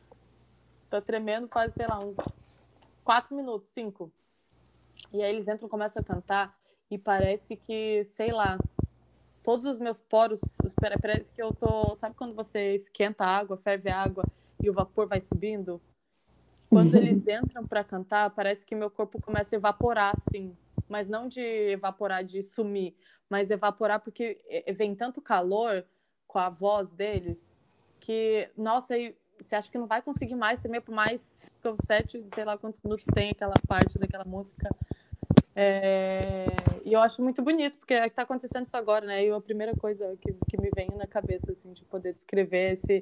tá tremendo faz, sei lá, uns quatro minutos, cinco. E aí eles entram, começam a cantar e parece que, sei lá, todos os meus poros, parece que eu tô... Sabe quando você esquenta a água, ferve a água e o vapor vai subindo? Quando eles entram para cantar, parece que meu corpo começa a evaporar, assim. Mas não de evaporar, de sumir, mas evaporar porque vem tanto calor com a voz deles que, nossa, aí você acha que não vai conseguir mais também por mais sete, sei lá quantos minutos tem aquela parte daquela música. É... E eu acho muito bonito, porque está acontecendo isso agora, né? E a primeira coisa que, que me vem na cabeça, assim, de poder descrever esse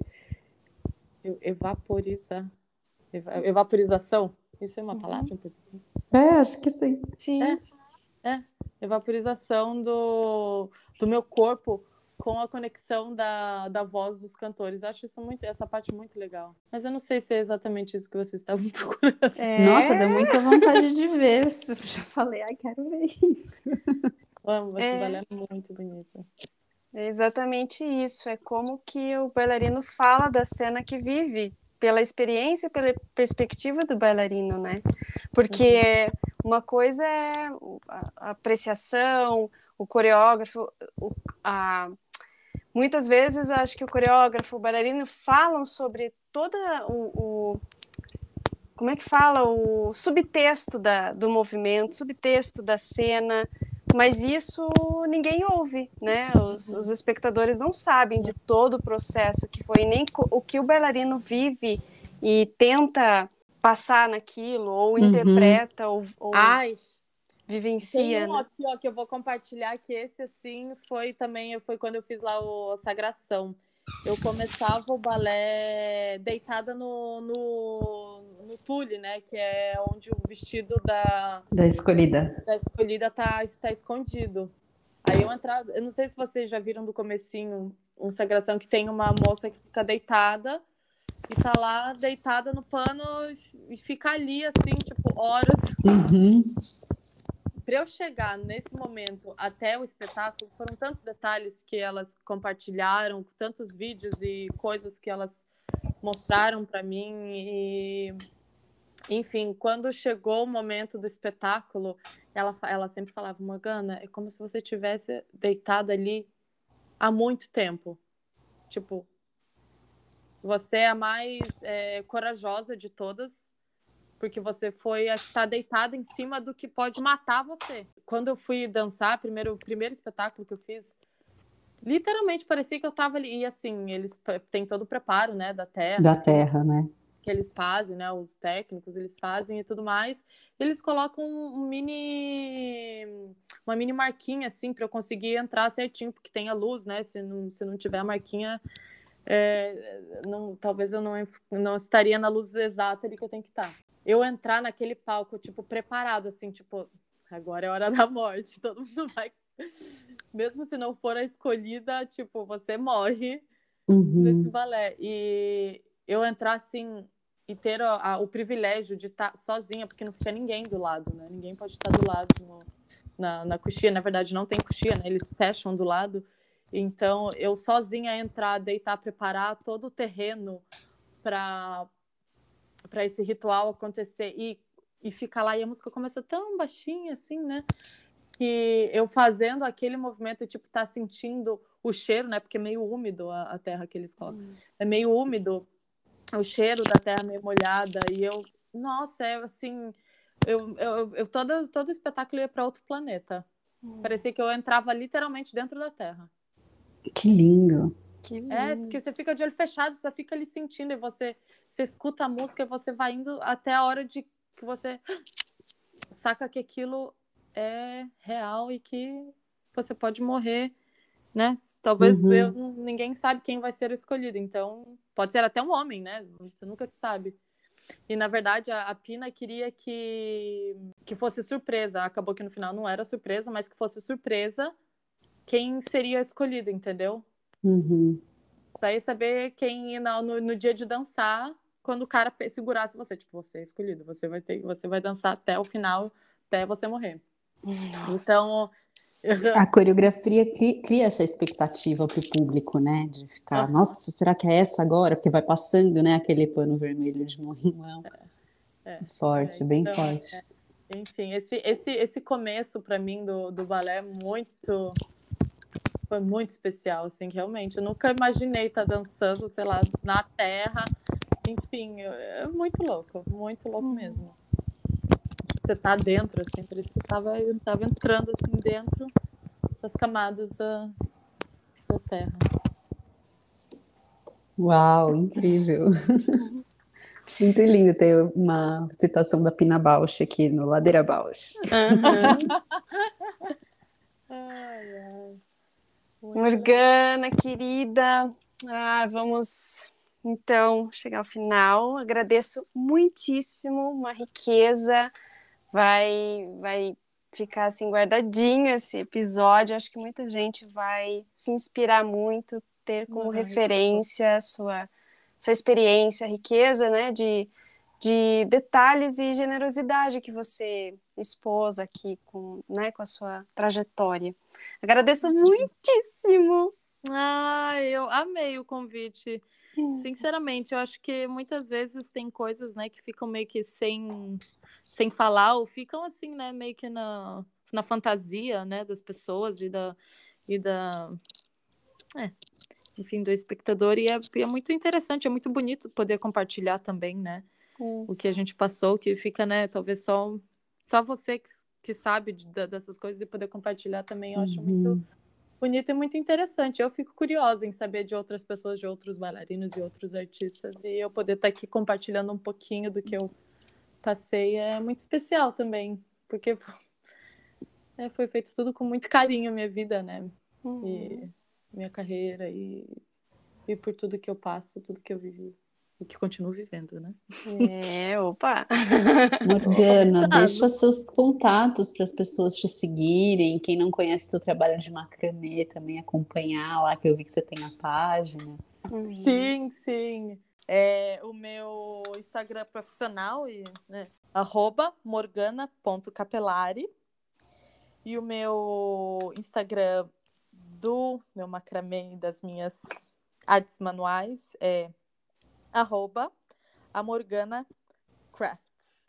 evaporizar. Evaporização? Isso é uma palavra em português? É, acho que sim. Sim. É, é. Evaporização do, do meu corpo com a conexão da, da voz dos cantores. Eu acho isso muito, essa parte muito legal. Mas eu não sei se é exatamente isso que vocês estavam procurando. É... Nossa, deu muita vontade de ver. Eu já falei, ai, quero ver isso. Amo, esse É. balé é muito bonito. É exatamente isso. É como que o bailarino fala da cena que vive, pela experiência, pela perspectiva do bailarino, né? Porque uma coisa é a apreciação, o coreógrafo, o, a... muitas vezes acho que o coreógrafo, o bailarino falam sobre toda o, o como é que fala, o subtexto da, do movimento, subtexto da cena, mas isso ninguém ouve, né? Os, os espectadores não sabem de todo o processo que foi, nem o que o bailarino vive e tenta passar naquilo, ou Uhum. interpreta, ou, ou Ai, vivencia. tem um Né? aqui, ó, que eu vou compartilhar, que esse, assim, foi também, foi quando eu fiz lá o, a Sagração. Eu começava o balé deitada no, no, no tule, né? Que é onde o vestido da, Da escolhida. da escolhida tá, está escondido. Aí eu entrava, eu não sei se vocês já viram do comecinho uma Sagração que tem uma moça que fica deitada e tá lá deitada no pano e fica ali, assim, tipo, horas. Uhum. Para eu chegar nesse momento até o espetáculo, foram tantos detalhes que elas compartilharam, tantos vídeos e coisas que elas mostraram para mim. E, enfim, quando chegou o momento do espetáculo, ela, ela sempre falava, Morgana, é como se você tivesse deitada ali há muito tempo. Tipo, você é a mais é, corajosa de todas, porque você foi a que está deitada em cima do que pode matar você. Quando eu fui dançar, primeiro, o primeiro espetáculo que eu fiz, literalmente parecia que eu estava ali. E assim, eles têm todo o preparo, né, da terra. Da terra, né? que eles fazem, né? Os técnicos, eles fazem e tudo mais. Eles colocam um mini... uma mini marquinha, assim, para eu conseguir entrar certinho, porque tem a luz, né? Se não, se não tiver a marquinha, é, não, talvez eu não, não estaria na luz exata ali que eu tenho que estar. Eu entrar naquele palco, tipo, preparado, assim, tipo, agora é a hora da morte, todo mundo vai... Mesmo se não for a escolhida, tipo, você morre Uhum. nesse balé. E eu entrar, assim, e ter a, a, o privilégio de estar sozinha, porque não fica ninguém do lado, né? Ninguém pode estar do lado no, na, na coxia. Na verdade, não tem coxia, né? Eles fecham do lado. Então, eu sozinha entrar, deitar, preparar todo o terreno para para esse ritual acontecer e, e ficar lá. E a música começa tão baixinha, assim, né? Que eu fazendo aquele movimento, tipo, tá sentindo o cheiro, né? Porque é meio úmido a, a terra que eles colocam. Hum. É meio úmido, o cheiro da terra meio molhada. E eu, nossa, é assim... Eu, eu, eu, todo, todo o espetáculo ia para outro planeta. Hum. Parecia que eu entrava literalmente dentro da terra. Que lindo. Que lindo. É, porque você fica de olho fechado, você só fica ali sentindo. E você, você escuta a música e você vai indo até a hora de que você saca que aquilo... é real e que você pode morrer, né? Talvez Uhum. eu, ninguém sabe quem vai ser o escolhido, então pode ser até um homem, né? Você nunca se sabe. E na verdade a, a Pina queria que que fosse surpresa. Acabou que no final não era surpresa, mas que fosse surpresa quem seria escolhido, entendeu? Uhum. Daí saber quem no, no, no dia de dançar, quando o cara segurasse você, tipo, você é escolhido, você vai ter, você vai dançar até o final, até você morrer. Nossa. Então, a coreografia cria essa expectativa para o público, né? De ficar, ah. nossa, será que é essa agora? Porque vai passando, né? Aquele pano vermelho de morrimão. É, é, forte, é, bem então, forte. É, enfim, esse, esse, esse começo para mim do, do balé é muito... foi muito especial, assim, realmente. Eu nunca imaginei estar dançando, sei lá, na terra. Enfim, é muito louco, muito louco hum. mesmo. Você tá dentro, assim, por isso que eu tava, eu tava entrando, assim, dentro das camadas uh, da terra. Uau, incrível. Muito lindo ter uma citação da Pina Bausch aqui no Ladeira Bausch. Uhum. ai, ai. Morgana, querida, ah, vamos então chegar ao final. Agradeço muitíssimo, uma riqueza. Vai, vai ficar assim guardadinho esse episódio. Acho que muita gente vai se inspirar muito, ter como Ai, referência a sua, sua experiência, a riqueza, né, de, de detalhes e generosidade que você expôs aqui com, né, com a sua trajetória. Agradeço muitíssimo. Ah, eu amei o convite. Hum. Sinceramente, eu acho que muitas vezes tem coisas, né, que ficam meio que sem, sem falar, ou ficam assim, né, meio que na, na fantasia, né, das pessoas e da, e da é, enfim, do espectador, e é, é muito interessante, é muito bonito poder compartilhar também, né, Isso. o que a gente passou, que fica, né, talvez só, só você que, que sabe de, dessas coisas e poder compartilhar também, eu acho uhum. muito bonito e muito interessante. Eu fico curiosa em saber de outras pessoas, de outros bailarinos e outros artistas, e eu poder estar aqui compartilhando um pouquinho do que eu passei é muito especial também, porque é, foi feito tudo com muito carinho, minha vida, né, uhum. e minha carreira, e, e por tudo que eu passo, tudo que eu vivi, e que continuo vivendo, né. É, opa! Morgana, deixa seus contatos para as pessoas te seguirem, quem não conhece o teu trabalho de macramê também acompanhar lá, que eu vi que você tem a página. Uhum. Sim, sim. É, o meu Instagram profissional, né, arroba morgana ponto capelari, e o meu Instagram do meu macramê e das minhas artes manuais é arroba a Morgana Crafts.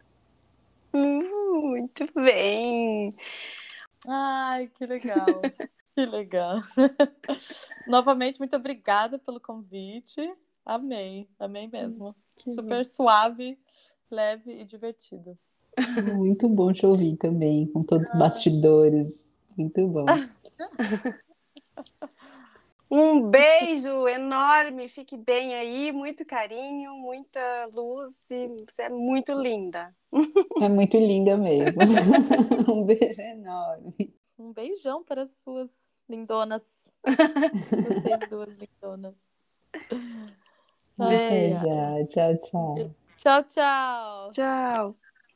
Hum, muito bem. Ai, que legal. Que legal. Novamente, muito obrigada pelo convite. Amei, amei mesmo. Que Super bem. Suave, leve e divertido. Muito bom te ouvir também, com todos os bastidores. Muito bom. Um beijo enorme, fique bem aí, muito carinho, muita luz, e você é muito linda. É muito linda mesmo. Um beijo enorme. Um beijão para as suas lindonas. Vocês duas lindonas. Até Beijo. já. Tchau, tchau. Tchau, tchau. Tchau.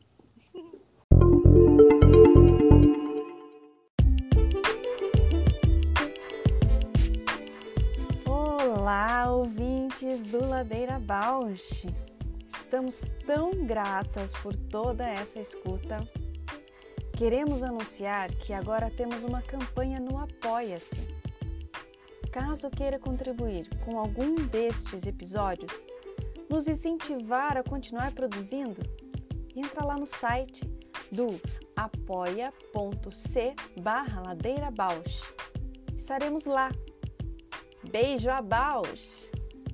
Olá, ouvintes do Ladeira Bausch. Estamos tão gratas por toda essa escuta. Queremos anunciar que agora temos uma campanha no Apoia-se. Caso queira contribuir com algum destes episódios, nos incentivar a continuar produzindo, entra lá no site do apoia.c barra Ladeira Bausch. Estaremos lá. Beijo a Bausch!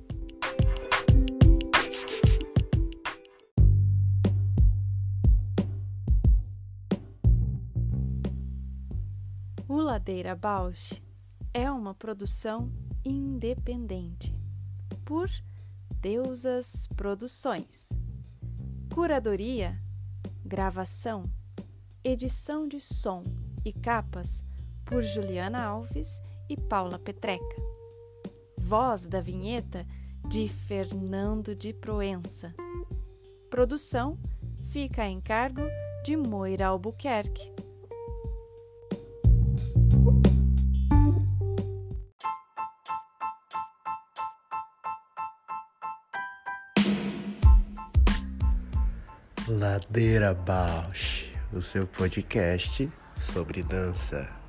O Ladeira Bausch é uma produção independente por Deusas Produções. Curadoria, gravação, edição de som e capas por Juliana Alves e Paula Petreca. Voz da vinheta de Fernando de Proença. Produção fica a encargo de Moira Albuquerque. Ladeira Bausch, o seu podcast sobre dança.